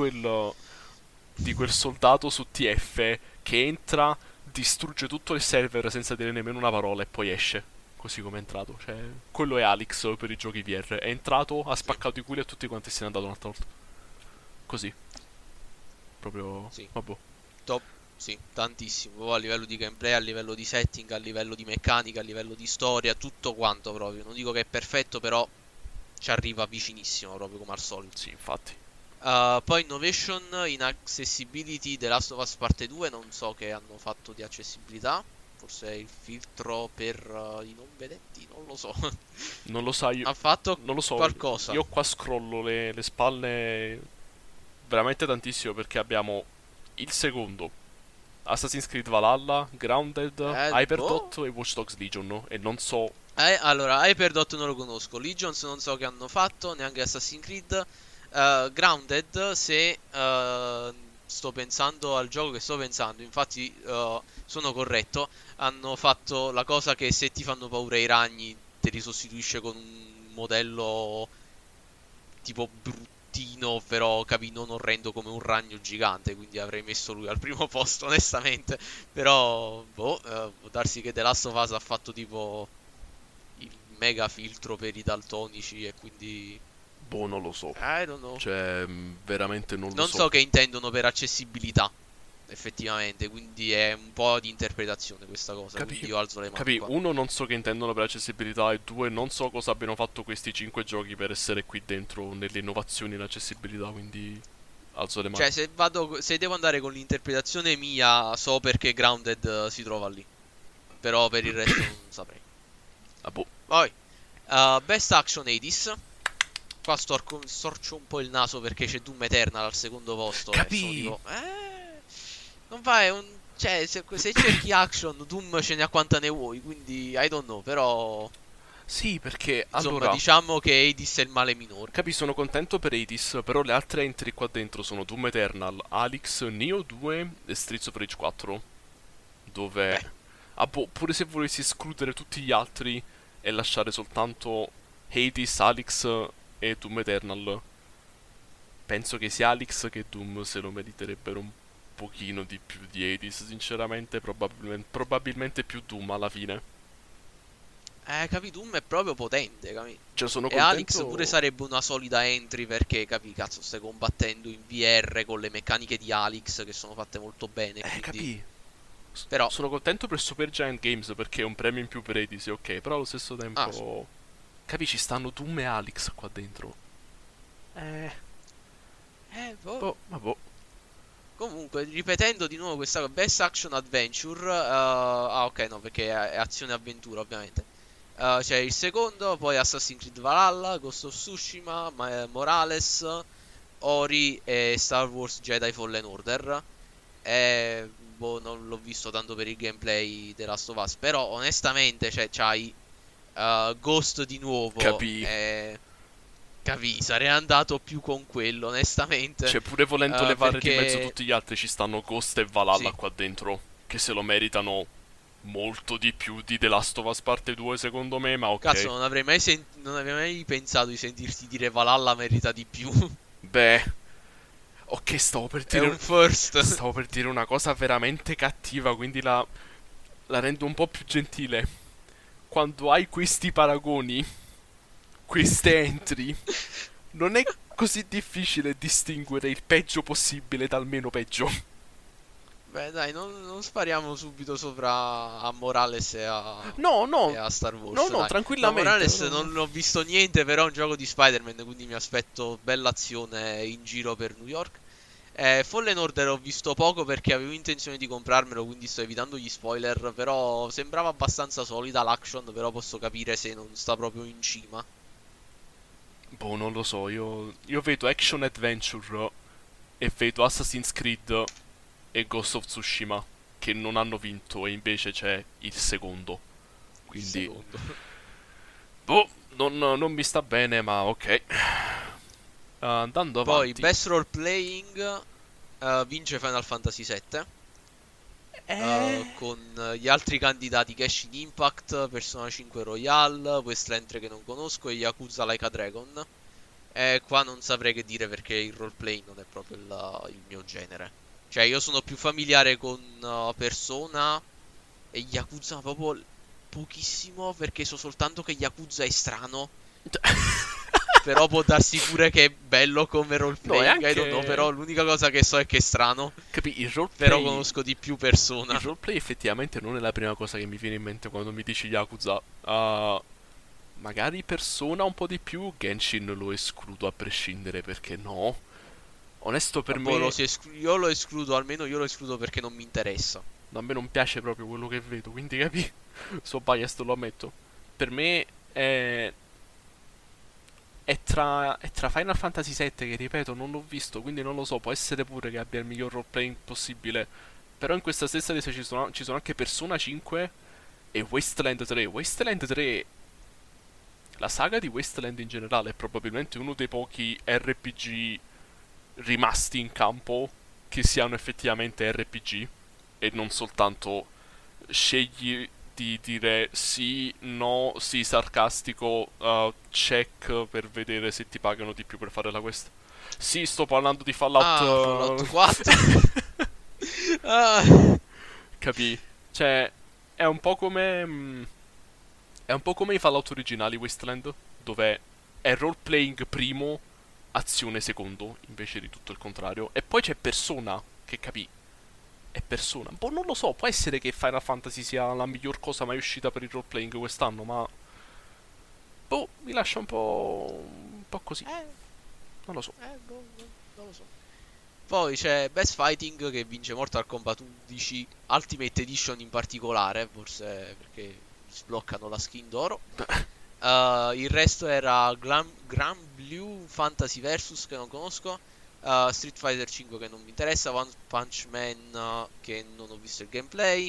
quel soldato su TF che entra, distrugge tutto il server senza dire nemmeno una parola e poi esce. Così come è entrato. Cioè, quello è Alex per i giochi VR. È entrato, ha spaccato i culi a tutti quanti e se n'è andato un'altra volta. Così. Proprio... Sì. Vabbè. Top. Sì, tantissimo, a livello di gameplay, a livello di setting, a livello di meccanica, a livello di storia, tutto quanto proprio. Non dico che è perfetto, però ci arriva vicinissimo proprio come al solito. Sì, infatti. Poi Innovation in Accessibility The Last of Us Parte 2, non so che hanno fatto di accessibilità. Forse è il filtro per i non vedenti, non lo so. Non lo sai, Ha fatto non lo so. qualcosa. Io qua scrollo le spalle veramente tantissimo perché abbiamo il secondo, Assassin's Creed Valhalla, Grounded, Hyperdot e Watch Dogs Legion, no? E non so... Allora, Hyperdot non lo conosco, Legions non so che hanno fatto, neanche Assassin's Creed. Grounded, se sto pensando al gioco che sto pensando, infatti sono corretto, hanno fatto la cosa che se ti fanno paura i ragni te li sostituisce con un modello tipo bruttino, però capi, non orrendo come un ragno gigante, quindi avrei messo lui al primo posto onestamente. Però può darsi che The Last of Us ha fatto tipo il mega filtro per i daltonici e quindi Boh, non lo so. I don't know. Cioè, veramente non lo Non so. so che intendono per accessibilità. effettivamente, quindi è un po' di interpretazione questa cosa, Capì? quindi io alzo le mani Capì? qua. Uno, non so che intendono per accessibilità, e due, non so cosa abbiano fatto questi 5 giochi per essere qui dentro nelle innovazioni in accessibilità, quindi alzo le mani. Cioè, se devo andare con l'interpretazione mia, so perché Grounded si trova lì. Però per il resto non saprei. Ah, boh. Poi, Best Action 80s. Qua storcio un po' il naso perché c'è Doom Eternal al secondo posto. Capì? E sono tipo, non fai un... Cioè, se cerchi action, Doom ce n'è a quanta ne vuoi. Quindi, I don't know, però... Sì, perché Insomma, allora, diciamo che Hades è il male minore. capi, sono contento per Hades, però le altre entry qua dentro sono Doom Eternal, Alyx, Neo 2 e Streets of Rage 4. Dove... Beh, Ah, boh, pure se volessi escludere tutti gli altri e lasciare soltanto Hades, Alyx e Doom Eternal, penso che sia Alyx che Doom se lo meriterebbero un pochino di più di Hades, sinceramente, probabilmente più Doom alla fine. capi, Doom è proprio potente, capi? Cioè, sono E Alex contento... pure sarebbe una solida entry perché, capi, cazzo, stai combattendo in VR con le meccaniche di Alex che sono fatte molto bene, quindi... capì? Però, Sono contento per Supergiant Games perché è un premio in più per Hades, ok, però allo stesso ah, tempo... Capi, ci stanno Doom e Alyx qua dentro. boh. Boh, ma boh. Comunque, ripetendo di nuovo questa cosa, Best Action Adventure, ok, no, perché è azione e avventura, ovviamente. C'è il secondo, poi Assassin's Creed Valhalla, Ghost of Tsushima, Morales, Ori e Star Wars Jedi Fallen Order. E, boh, non l'ho visto tanto per il gameplay The Last of Us, però onestamente, cioè, c'hai Ghost di nuovo. Capì. Capì, sarei andato più con quello, onestamente. Cioè, pure volendo levare di mezzo Perché... tutti gli altri, ci stanno Ghost e Valhalla Sì. qua dentro, che se lo meritano molto di più di The Last of Us Parte 2, secondo me, ma ok. Cazzo, non avrei mai pensato di sentirti dire Valhalla merita di più. Beh, ok, stavo per È dire... un first. Stavo per dire una cosa veramente cattiva, quindi la rendo un po' più gentile. Quando hai questi paragoni, queste entry, non è così difficile distinguere il peggio possibile dal meno peggio. Beh, dai, non spariamo subito sopra a Morales No, no, e a Star Wars. no, no, Dai. No, tranquillamente. Morales No. non ho visto niente, però è un gioco di Spider-Man, quindi mi aspetto bella azione in giro per New York. Fallen Order ho visto poco perché avevo intenzione di comprarmelo, quindi sto evitando gli spoiler. Però sembrava abbastanza solida l'action, però posso capire se non sta proprio in cima. Boh, non lo so, io vedo Action Adventure e vedo Assassin's Creed e Ghost of Tsushima che non hanno vinto e invece c'è il secondo. Il Quindi, secondo. boh, non mi sta bene, ma ok. Andando Poi avanti. Best Role Playing vince Final Fantasy VII. Con gli altri candidati Genshin Impact, Persona 5 Royale, Wasteland 3 che non conosco e Yakuza Like a Dragon. E qua non saprei che dire perché il roleplay non è proprio il mio genere. Cioè io sono più familiare con Persona e Yakuza proprio pochissimo perché so soltanto che Yakuza è strano. Però può darsi pure che è bello come No, è roleplaying, I don't know, anche... però l'unica cosa che so è che è strano. Capì, il roleplay... Però conosco di più Persona. Il roleplay effettivamente non è la prima cosa che mi viene in mente quando mi dici Yakuza. Magari Persona un po' di più, Genshin lo escludo a prescindere perché no. Onesto per Boh, me, io lo escludo, almeno io lo escludo perché non mi interessa. a me non piace proprio quello che vedo, quindi capi? So biased, lo ammetto. Per me è tra Final Fantasy VII che ripeto non l'ho visto, quindi non lo so, può essere pure che abbia il miglior roleplaying possibile. Però in questa stessa lista ci sono anche Persona 5 e Wasteland 3. Wasteland 3, la saga di Wasteland in generale è probabilmente uno dei pochi RPG rimasti in campo che siano effettivamente RPG e non soltanto scegli di dire sì, no, sì, sarcastico, check per vedere se ti pagano di più per fare la quest. Sì, sto parlando di Fallout. Fallout 4. Ah, Capì? Cioè, è un po' come. È un po' come i Fallout originali Wasteland, dove è roleplaying primo, azione secondo, invece di tutto il contrario. E poi c'è Persona, che capì. e Persona. Boh, non lo so, può essere che Final Fantasy sia la miglior cosa mai uscita per il role playing quest'anno, ma boh, mi lascia un po' così. Non lo so. Boh, non lo so. Poi c'è Best Fighting che vince Mortal Kombat 11 Ultimate Edition in particolare, forse perché sbloccano la skin d'oro. Il resto era Grand Blue Fantasy Versus, che non conosco, Street Fighter 5 che non mi interessa, One Punch Man che non ho visto il gameplay,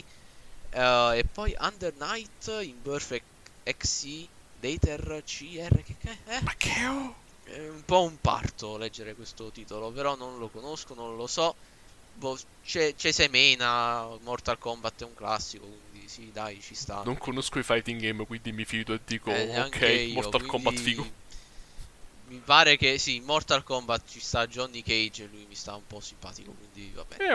e poi Under Night in Perfect XC Dater CR, che è? Ma che ho? È un po' un parto leggere questo titolo, però non lo conosco, non lo so. Boh, c'è Semena, Mortal Kombat è un classico, quindi sì, dai, ci sta. Non conosco i fighting game, quindi mi fido e dico Neanche ok, io, Mortal Kombat quindi figo. mi pare che sì, in Mortal Kombat ci sta Johnny Cage e lui mi sta un po' simpatico, quindi va bene.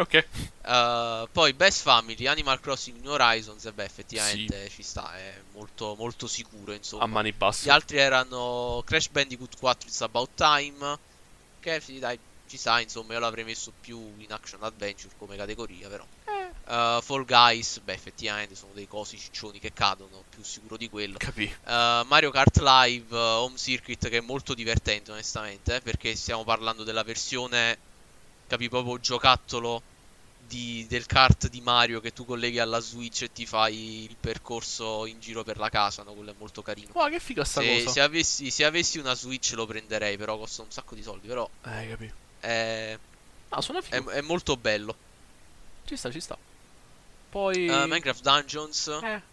Ok. Poi Best Family, Animal Crossing New Horizons, e beh, Sì, effettivamente ci sta, è molto, molto sicuro, a insomma. mani Gli basse. altri erano Crash Bandicoot 4 It's About Time, che sì, dai, ci sta, insomma, io l'avrei messo più in Action Adventure come categoria, però. Fall Guys, beh, effettivamente sono dei cosi ciccioni che cadono, più sicuro di quello. Capì. Mario Kart Live Home Circuit, che è molto divertente, onestamente, perché stiamo parlando della versione, capi, proprio giocattolo del kart di Mario che tu colleghi alla Switch e ti fai il percorso in giro per la casa, no? Quello è molto carino. Wow, che figa sta Se, cosa. se avessi una Switch lo prenderei, però costa un sacco di soldi, però Capì. è, Ah, suona figo. è molto bello. Ci sta, ci sta. Poi... Minecraft Dungeons,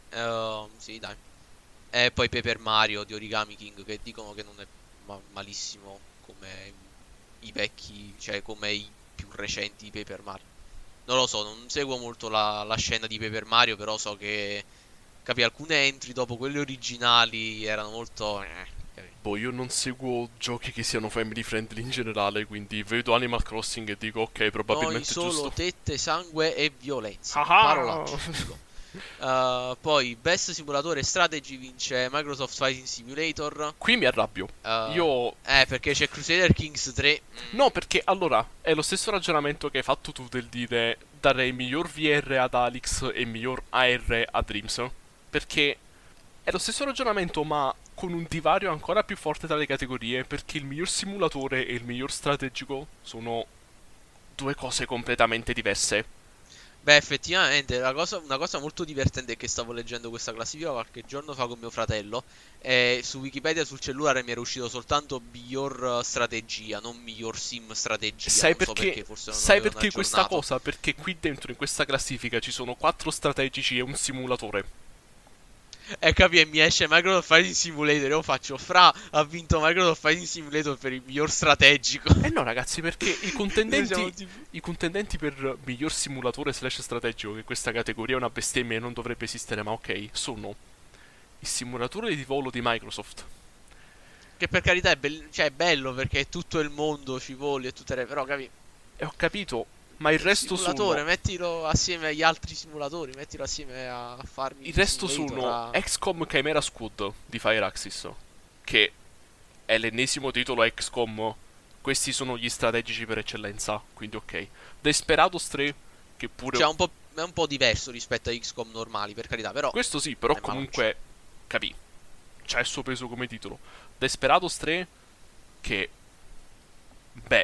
sì, dai. E poi Paper Mario di Origami King, che dicono che non è malissimo come i vecchi, cioè come i più recenti Paper Mario. Non lo so, non seguo molto la scena di Paper Mario, però so che, capi, alcune entry dopo quelle originali erano molto... capi. Boh, io non seguo giochi che siano family friendly in generale, quindi vedo Animal Crossing e dico ok, Noi probabilmente è solo giusto. tette, sangue e violenza. Ah! Parolacce. Dico. Poi Best Simulatore Strategy vince Microsoft Fighting Simulator. Qui mi arrabbio. Io... Perché c'è Crusader Kings 3. No, perché allora è lo stesso ragionamento che hai fatto tu del dire darei miglior VR ad Alex e miglior AR a Dreams. Perché è lo stesso ragionamento, ma con un divario ancora più forte tra le categorie. Perché il miglior simulatore e il miglior strategico sono due cose completamente diverse. Beh, effettivamente, una cosa molto divertente è che stavo leggendo questa classifica qualche giorno fa con mio fratello. E su Wikipedia sul cellulare mi era uscito soltanto miglior strategia, non miglior sim strategia. Sai Non so perché? forse non Sai avevano perché questa aggiornato. cosa? Perché qui dentro in questa classifica ci sono 4 strategici e un simulatore. E capi, e mi esce Microsoft Fighting Simulator. Io faccio ha vinto Microsoft Fighting Simulator per il miglior strategico. Eh no, ragazzi, perché i Noi contendenti, siamo tipo... i contendenti per miglior simulatore slash strategico, che questa categoria è una bestemmia e non dovrebbe esistere, ma ok, sono il simulatore di volo di Microsoft. Che per carità cioè, è bello perché è tutto il mondo, ci voli e tutte le... Però capi, E ho capito, ma il resto simulatore, sono... mettilo assieme agli altri simulatori, mettilo assieme a Farming Il resto Simulator, sono a... XCOM Chimera Squad di Firaxis, che è l'ennesimo titolo XCOM. Questi sono gli strategici per eccellenza, quindi ok. Desperados 3, che pure... Cioè è un po' diverso rispetto a XCOM normali, per carità, però... Questo sì, però è comunque... Capì. C'ha il suo peso come titolo. Desperados 3, che... Beh...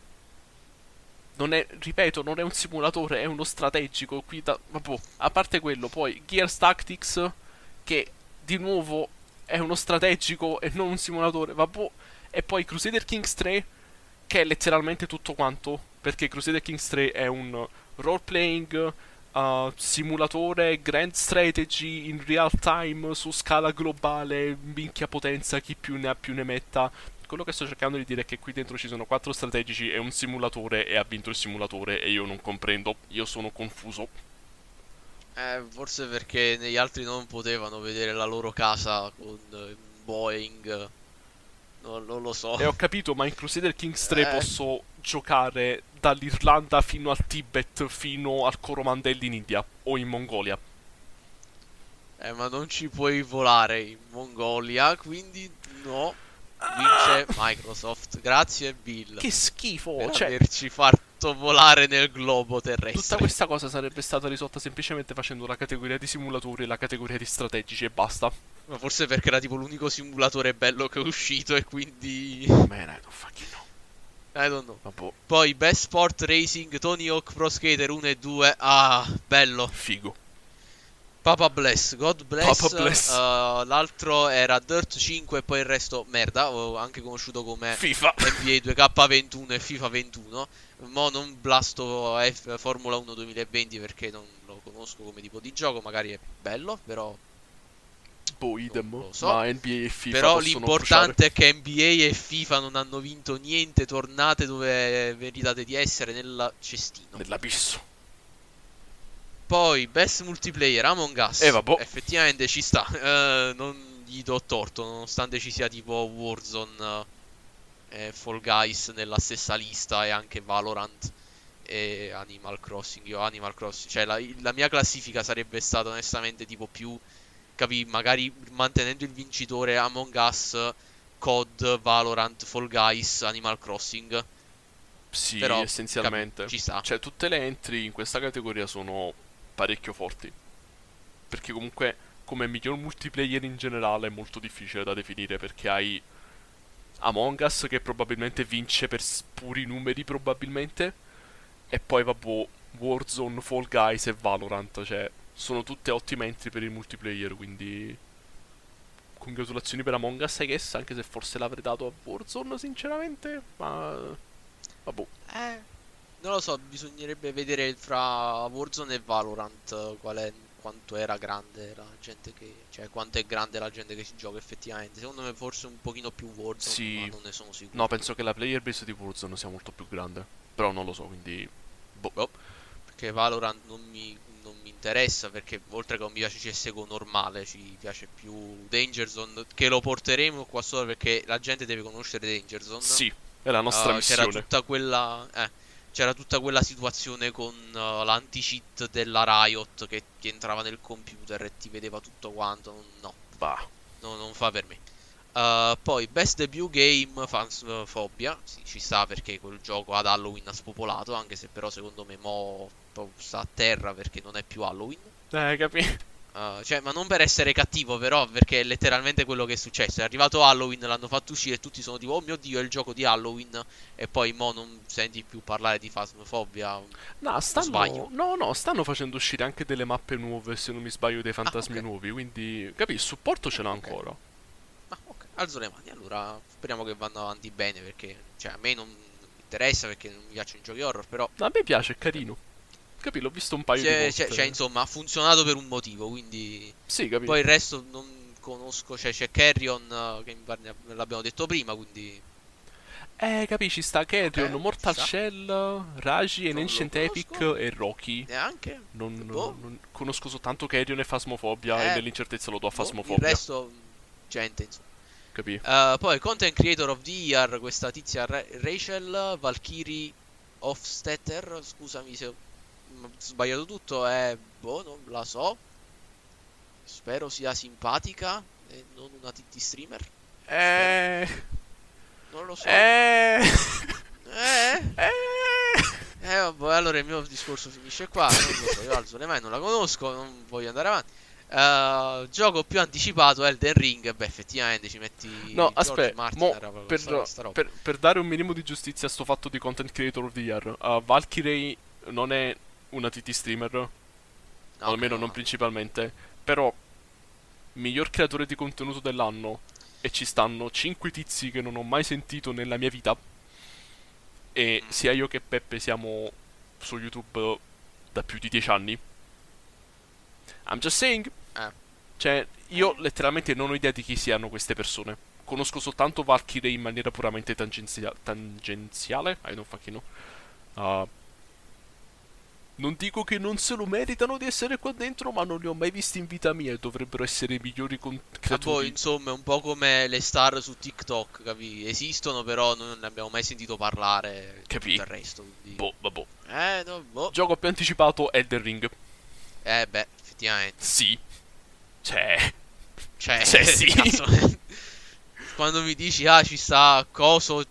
Non è, ripeto, non è un simulatore, è uno strategico. Qui da... Vabbè, a parte quello, poi Gears Tactics, che di nuovo è uno strategico e non un simulatore. Vabbè. E poi Crusader Kings 3, che è letteralmente tutto quanto. Perché Crusader Kings 3 è un role playing, simulatore, grand strategy in real time su scala globale, minchia potenza, chi più ne ha più ne metta. Quello che sto cercando di dire è che qui dentro ci sono 4 strategici e un simulatore e ha vinto il simulatore e io non comprendo, io sono confuso. Forse perché negli altri non potevano vedere la loro casa con Boeing. Non lo so. E ho capito, ma in Crusader Kings 3 Eh. posso giocare dall'Irlanda fino al Tibet, fino al Coromandel in India o in Mongolia. Ma non ci puoi volare in Mongolia, quindi no. Vince Microsoft. Sport, grazie Bill Che schifo. per Cioè, averci fatto volare nel globo tutta terrestre. questa cosa sarebbe stata risolta semplicemente facendo la categoria di simulatori e la categoria di strategici e basta. Ma forse perché era tipo l'unico simulatore bello che è uscito e quindi... Man, I don't fucking know. I don't know. Vabbè, Poi Best Sport Racing, Tony Hawk Pro Skater 1 e 2. Ah, bello. figo. Papa Bless, God Bless. Papa Bless. L'altro era Dirt 5 e poi il resto merda, ho anche conosciuto come FIFA. NBA 2K21 e FIFA 21. Mo non blasto Formula 1 2020 perché non lo conosco come tipo di gioco, magari è bello, però Boh, idem. non lo so. Ma NBA e FIFA Però possono l'importante è che NBA e FIFA non hanno vinto niente, tornate dove meritate di essere, nel cestino. bruciare nell'abisso. Poi Best Multiplayer Among Us. Vabbè. Effettivamente ci sta. Non gli do torto, nonostante ci sia tipo Warzone e Fall Guys nella stessa lista e anche Valorant e Animal Crossing. Io Animal Crossing, cioè la mia classifica sarebbe stata onestamente tipo più, capì, magari mantenendo il vincitore Among Us, COD, Valorant, Fall Guys, Animal Crossing. Sì, Però, essenzialmente. ci sta. Cioè, tutte le entry in questa categoria sono parecchio forti. Perché comunque, come miglior multiplayer in generale, è molto difficile da definire. Perché hai Among Us che probabilmente vince per puri numeri, probabilmente. E poi, vabbè, Warzone, Fall Guys e Valorant. Cioè, sono tutte ottime entry per il multiplayer. Quindi, congratulazioni per Among Us, I guess. Anche se forse l'avrei dato a Warzone, sinceramente. Ma... vabbè. Non lo so, bisognerebbe vedere fra Warzone e Valorant quanto era grande la gente che... cioè quanto è grande la gente che si gioca effettivamente. Secondo me forse un pochino più Warzone, Sì. ma non ne sono sicuro. No, penso che la player base di Warzone sia molto più grande. Però non lo so, quindi... boh. Perché Valorant non mi interessa, perché oltre che non mi piace CSGO normale, ci piace più Danger Zone, che lo porteremo qua solo perché la gente deve conoscere Danger Zone. Sì, è la nostra C'era missione. tutta quella situazione con l'anti-cheat della Riot che ti entrava nel computer e ti vedeva tutto quanto. No, Bah. non fa per me. Poi Best Debut Game Fansphobia. Sì, ci sta perché quel gioco ad Halloween ha spopolato, anche se però secondo me mo sta a terra perché non è più Halloween. Capi? Cioè, ma non per essere cattivo, però, perché è letteralmente quello che è successo. È arrivato Halloween, l'hanno fatto uscire e tutti sono tipo, oh mio Dio, è il gioco di Halloween. E poi mo non senti più parlare di Phasmophobia. No, sbaglio? No, stanno facendo uscire anche delle mappe nuove, se non mi sbaglio, dei fantasmi ok. nuovi. Quindi, capi, il supporto ce l'ha Ok. ancora. Ma ok, alzo le mani. Allora, speriamo che vanno avanti bene, perché, cioè, a me non mi interessa perché non mi piacciono i giochi horror, però... A me piace, è carino. Capi, l'ho visto un paio di volte. Cioè, insomma, ha funzionato per un motivo, quindi... Sì, capi. Poi il resto non conosco, cioè c'è Carrion, che mi pare l'abbiamo detto prima, quindi... Capisci, sta Carrion, Ok, Mortal ci sta. Shell, Raji, Non lo Ancient conosco. Epic e Rocky. Neanche? Boh. Non conosco soltanto Carrion e Phasmophobia e nell'incertezza lo do a Il Phasmophobia. resto, gente, insomma. Capi? Poi Content Creator of the Year, questa tizia Rachel Valkyrie Hofstetter, scusami se ho sbagliato tutto, boh, non la so. Spero sia simpatica e non una TT streamer. Non lo so. Eh? Vabbè, allora il mio discorso finisce qua. Non lo so, io alzo le mani, non la conosco, non voglio andare avanti. Gioco più anticipato Elden Ring. Beh, effettivamente ci metti No, George aspetta, Martin, mo, era proprio sta roba. per dare un minimo di giustizia a sto fatto di Content Creator of the Year, Valkyrie non è una TT streamer, o No, almeno no. non principalmente, però miglior creatore di contenuto dell'anno e ci stanno 5 tizi che non ho mai sentito nella mia vita e sia io che Peppe siamo su YouTube da più di 10 anni. I'm just saying. Cioè, io letteralmente non ho idea di chi siano queste persone. Conosco soltanto Valkyrie in maniera puramente tangenziale. I don't fucking know. Non dico che non se lo meritano di essere qua dentro, ma non li ho mai visti in vita mia e dovrebbero essere i migliori Poi, creatori. insomma, è un po' come le star su TikTok, capi? Esistono, però noi non ne abbiamo mai sentito parlare. Capì? Tutto il resto, quindi... Boh, vabbè. No, boh. Gioco più anticipato Elden Ring. Beh, effettivamente. Sì. Cioè, Cioè, sì. cazzo. Quando mi dici, ci sta coso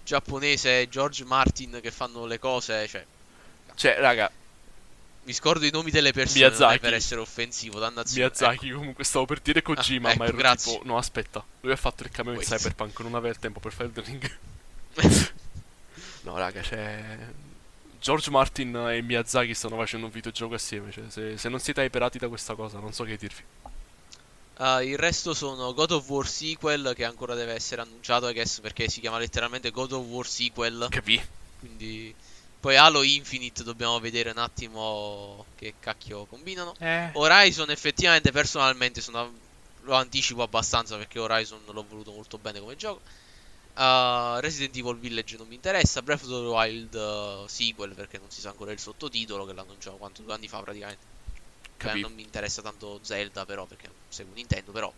giapponese George Martin che fanno le cose, Cioè, raga, mi scordo i nomi delle persone, non è Miyazaki. per essere offensivo, dannazione. Miyazaki, comunque stavo per dire Kojima, ecco, ma ero grazie. tipo, no aspetta, lui ha fatto il cameo in Wait. Cyberpunk, non aveva il tempo per fare Elden Ring. No, raga, George Martin e Miyazaki stanno facendo un videogioco assieme, cioè, se non siete hyperati da questa cosa, non so che dirvi. Il resto sono God of War sequel che ancora deve essere annunciato, I guess, perché si chiama letteralmente God of War sequel. Capì? Quindi poi Halo Infinite dobbiamo vedere un attimo che cacchio combinano. Horizon effettivamente personalmente lo anticipo abbastanza perché Horizon l'ho voluto molto bene come gioco. Resident Evil Village non mi interessa. Breath of the Wild sequel perché non si sa ancora il sottotitolo che l'hanno annunciato 2 anni fa praticamente. Non mi interessa tanto Zelda però perché seguo Nintendo però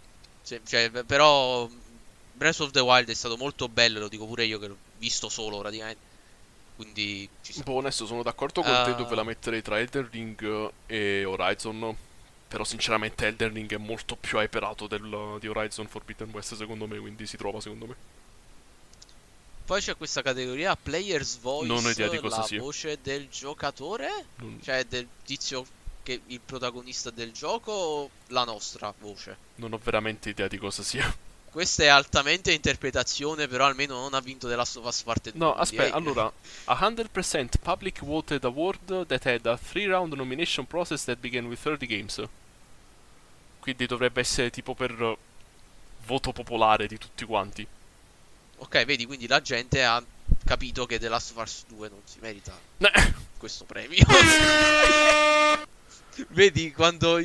però Breath of the Wild è stato molto bello, lo dico pure io che l'ho visto solo praticamente. Quindi ci sta. Boh, onesto, sono d'accordo con te dove la metterei tra Elden Ring e Horizon. Però sinceramente Elden Ring è molto più hyperato di Horizon Forbidden West secondo me, quindi si trova secondo me. Poi c'è questa categoria Player's Voice, Non ho idea di cosa la sia. voce del giocatore, Non, cioè del tizio che il protagonista del gioco o la nostra voce. non ho veramente idea di cosa sia. Questa è altamente interpretazione, però almeno non ha vinto The Last of Us Parte 2. No, quindi, aspetta, allora 100% public voted award that had a 3-round nomination process that began with 30 games. Quindi dovrebbe essere tipo per voto popolare di tutti quanti. Ok, vedi, quindi la gente ha capito che The Last of Us 2 non si merita questo premio. Vedi, quando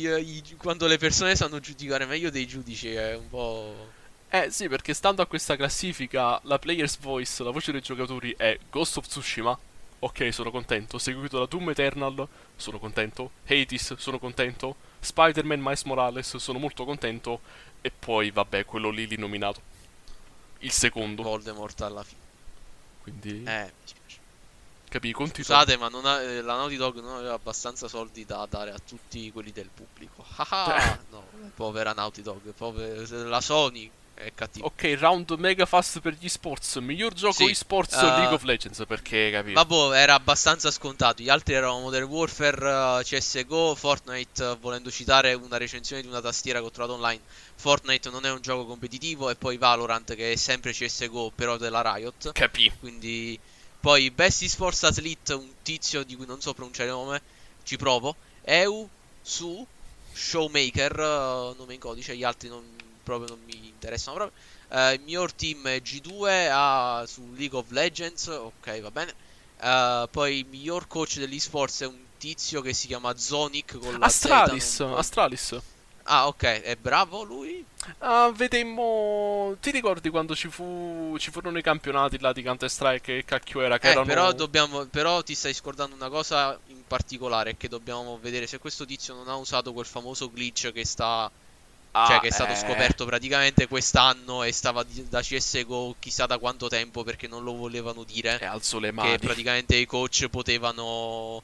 le persone sanno giudicare meglio dei giudici è un po'... Sì, perché stando a questa classifica, la player's voice, la voce dei giocatori è Ghost of Tsushima. Ok, sono contento. Seguito da Doom Eternal, sono contento. Hades, sono contento. Spider-Man Miles Morales, sono molto contento. E poi, vabbè, quello lì nominato. Il secondo. Voldemort alla fine. Quindi, Mi dispiace. capì, conti Scusate, ma la Naughty Dog non aveva abbastanza soldi da dare a tutti quelli del pubblico. No, povera Naughty Dog, la Sony è cattiva. Ok, round mega fast per gli sports. Miglior gioco Sì, esports League of Legends, perché, capito? Vabbè, era abbastanza scontato. Gli altri erano Modern Warfare, CSGO, Fortnite, volendo citare una recensione di una tastiera che ho trovato online. Fortnite non è un gioco competitivo, e poi Valorant che è sempre CSGO, però della Riot. Capì. Quindi poi Best Esports Athlete, un tizio di cui non so pronunciare il nome, ci provo. EU su Showmaker, nome in codice, gli altri proprio non mi interessano proprio. Il miglior team è G2 su League of Legends, ok, va bene. Poi il miglior coach dell'esports è un tizio che si chiama Zonic con la Astralis, Z, non- Astralis. Ah, ok, è bravo lui? Vedemmo. Ti ricordi quando ci furono i campionati là di Counter Strike? Che cacchio era? Che erano. Però ti stai scordando una cosa in particolare, che dobbiamo vedere se questo tizio non ha usato quel famoso glitch che sta... Cioè che è stato scoperto praticamente quest'anno e stava da CSGO chissà da quanto tempo perché non lo volevano dire. E alzo le mani. Che praticamente i coach potevano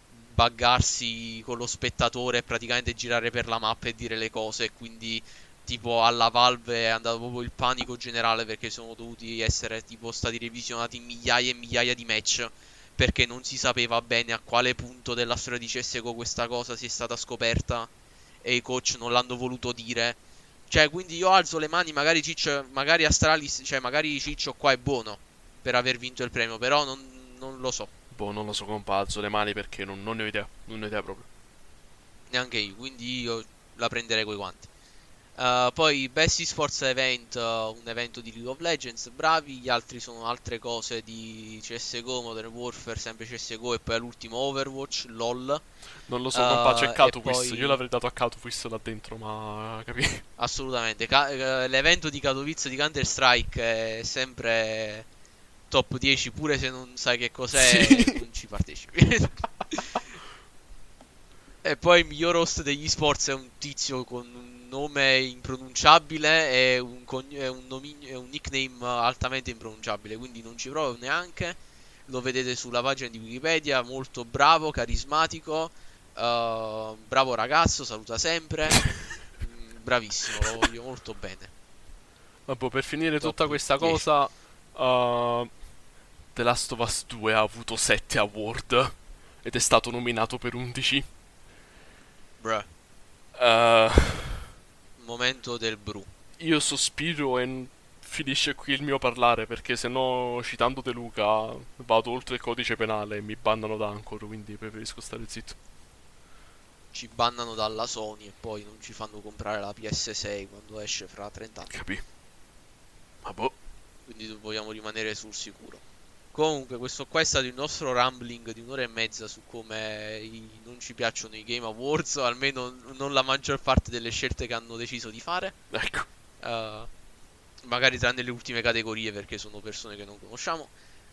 buggarsi con lo spettatore e praticamente girare per la mappa e dire le cose. E quindi tipo alla Valve è andato proprio il panico generale perché sono dovuti essere tipo stati revisionati migliaia e migliaia di match perché non si sapeva bene a quale punto della storia di CSGO questa cosa sia stata scoperta e i coach non l'hanno voluto dire. Cioè, quindi io alzo le mani, magari Ciccio, magari Astralis, cioè magari Ciccio qua è buono per aver vinto il premio, però non lo so, Boh, non lo so, compa, alzo le mani perché non ne ho idea. Non ne ho idea proprio. neanche io, quindi io la prenderei coi guanti. Poi Best Esports Event, un evento di League of Legends, bravi, gli altri sono altre cose di CSGO, Modern Warfare, sempre CSGO e poi all'ultimo Overwatch, LOL. Non lo so, compa, c'è E Katowice. poi- Io l'avrei dato a Katowice là dentro, ma capi? Assolutamente, l'evento di Katowice di Counter Strike è sempre top 10, pure se non sai che cos'è, Sì. non ci partecipi. E poi il miglior host degli sports è un tizio con un nome impronunciabile e un nickname altamente impronunciabile, quindi non ci provo neanche. Lo vedete sulla pagina di Wikipedia, molto bravo, carismatico, bravo ragazzo, saluta sempre. Bravissimo, lo voglio molto bene. Vabbè, per finire Top tutta questa 10. cosa, The Last of Us 2 ha avuto 7 award ed è stato nominato per 11. Bruh, Uh, momento del bru. io sospiro e finisce qui il mio parlare, perché se no, citando De Luca, vado oltre il codice penale e mi bannano da Anchor, quindi preferisco stare zitto. Ci bannano dalla Sony e poi non ci fanno comprare la PS6 quando esce fra 30 anni. Capì? Ma boh. Quindi vogliamo rimanere sul sicuro. Comunque questo qua è stato il nostro rambling di un'ora e mezza su come non ci piacciono i Game Awards, o almeno non la maggior parte delle scelte che hanno deciso di fare. Ecco. Magari tranne le ultime categorie perché sono persone che non conosciamo.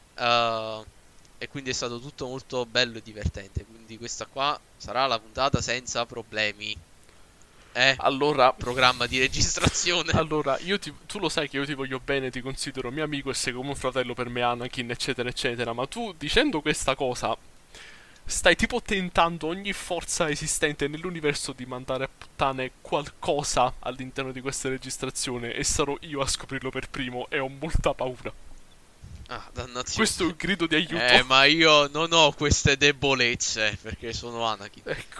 E quindi è stato tutto molto bello e divertente. Quindi questa qua sarà la puntata senza problemi. Allora, Programma di registrazione. allora, tu lo sai che io ti voglio bene, ti considero mio amico e sei come un fratello per me, Anakin, eccetera, eccetera. Ma tu, dicendo questa cosa, stai tipo tentando ogni forza esistente nell'universo di mandare a puttane qualcosa all'interno di questa registrazione e sarò io a scoprirlo per primo e ho molta paura. Ah, dannazione. Questo è un grido di aiuto. Ma io non ho queste debolezze perché sono Anakin. Ecco.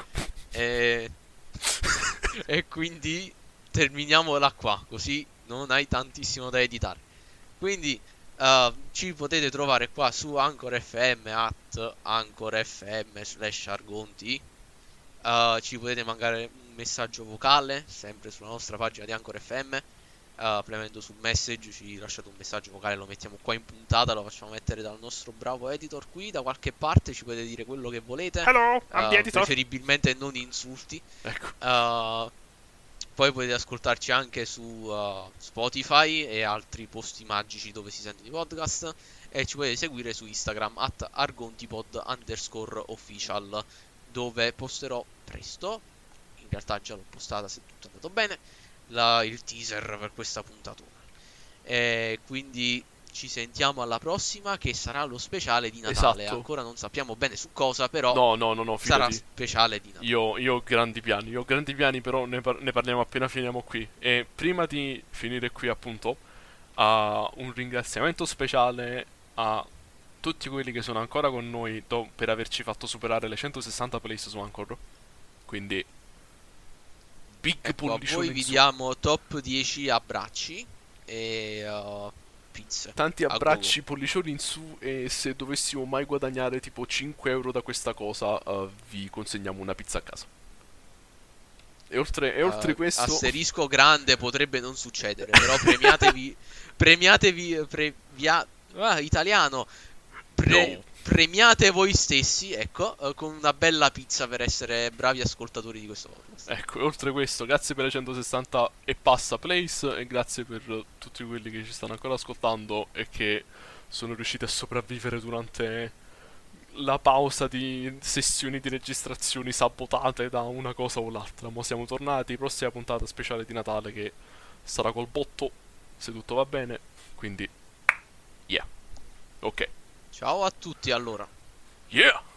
E quindi terminiamola qua, così non hai tantissimo da editare. Quindi ci potete trovare qua su Anchor FM @Anchor FM/Argonti. Ci potete mandare un messaggio vocale sempre sulla nostra pagina di Anchor FM. Premendo sul message ci lasciate un messaggio vocale, lo mettiamo qua in puntata, lo facciamo mettere dal nostro bravo editor qui da qualche parte, ci potete dire quello che volete. Hello, I'm the editor. Preferibilmente non insulti. Ecco. Poi potete ascoltarci anche su Spotify e altri posti magici dove si sentono i podcast. E ci potete seguire su Instagram @argontipod_official, dove posterò presto, in realtà già l'ho postata se tutto è andato bene, il teaser per questa puntatona. E quindi ci sentiamo alla prossima, che sarà lo speciale di Natale. Esatto. Ancora non sappiamo bene su cosa, però No, sarà fidati. speciale di Natale. Io ho grandi piani, però ne parliamo appena finiamo qui. E prima di finire qui, appunto, un ringraziamento speciale a tutti quelli che sono ancora con noi per averci fatto superare le 160 plays su Anchor. Quindi, big Ecco, a pullicione voi vi in su. diamo top 10 abbracci e pizze. Tanti A abbracci, pollicioni in su, e se dovessimo mai guadagnare tipo 5 euro da questa cosa, vi consegniamo una pizza a casa. E oltre questo... Asterisco grande potrebbe non succedere, però italiano. No. Premiate voi stessi, ecco, con una bella pizza per essere bravi ascoltatori di questo podcast. Ecco, e oltre questo, grazie per le 160 e passa plays, e grazie per tutti quelli che ci stanno ancora ascoltando e che sono riusciti a sopravvivere durante la pausa di sessioni di registrazioni sabotate da una cosa o l'altra. Ma siamo tornati, prossima puntata speciale di Natale che sarà col botto, se tutto va bene, quindi yeah. Ok. Ciao a tutti allora. Yeah!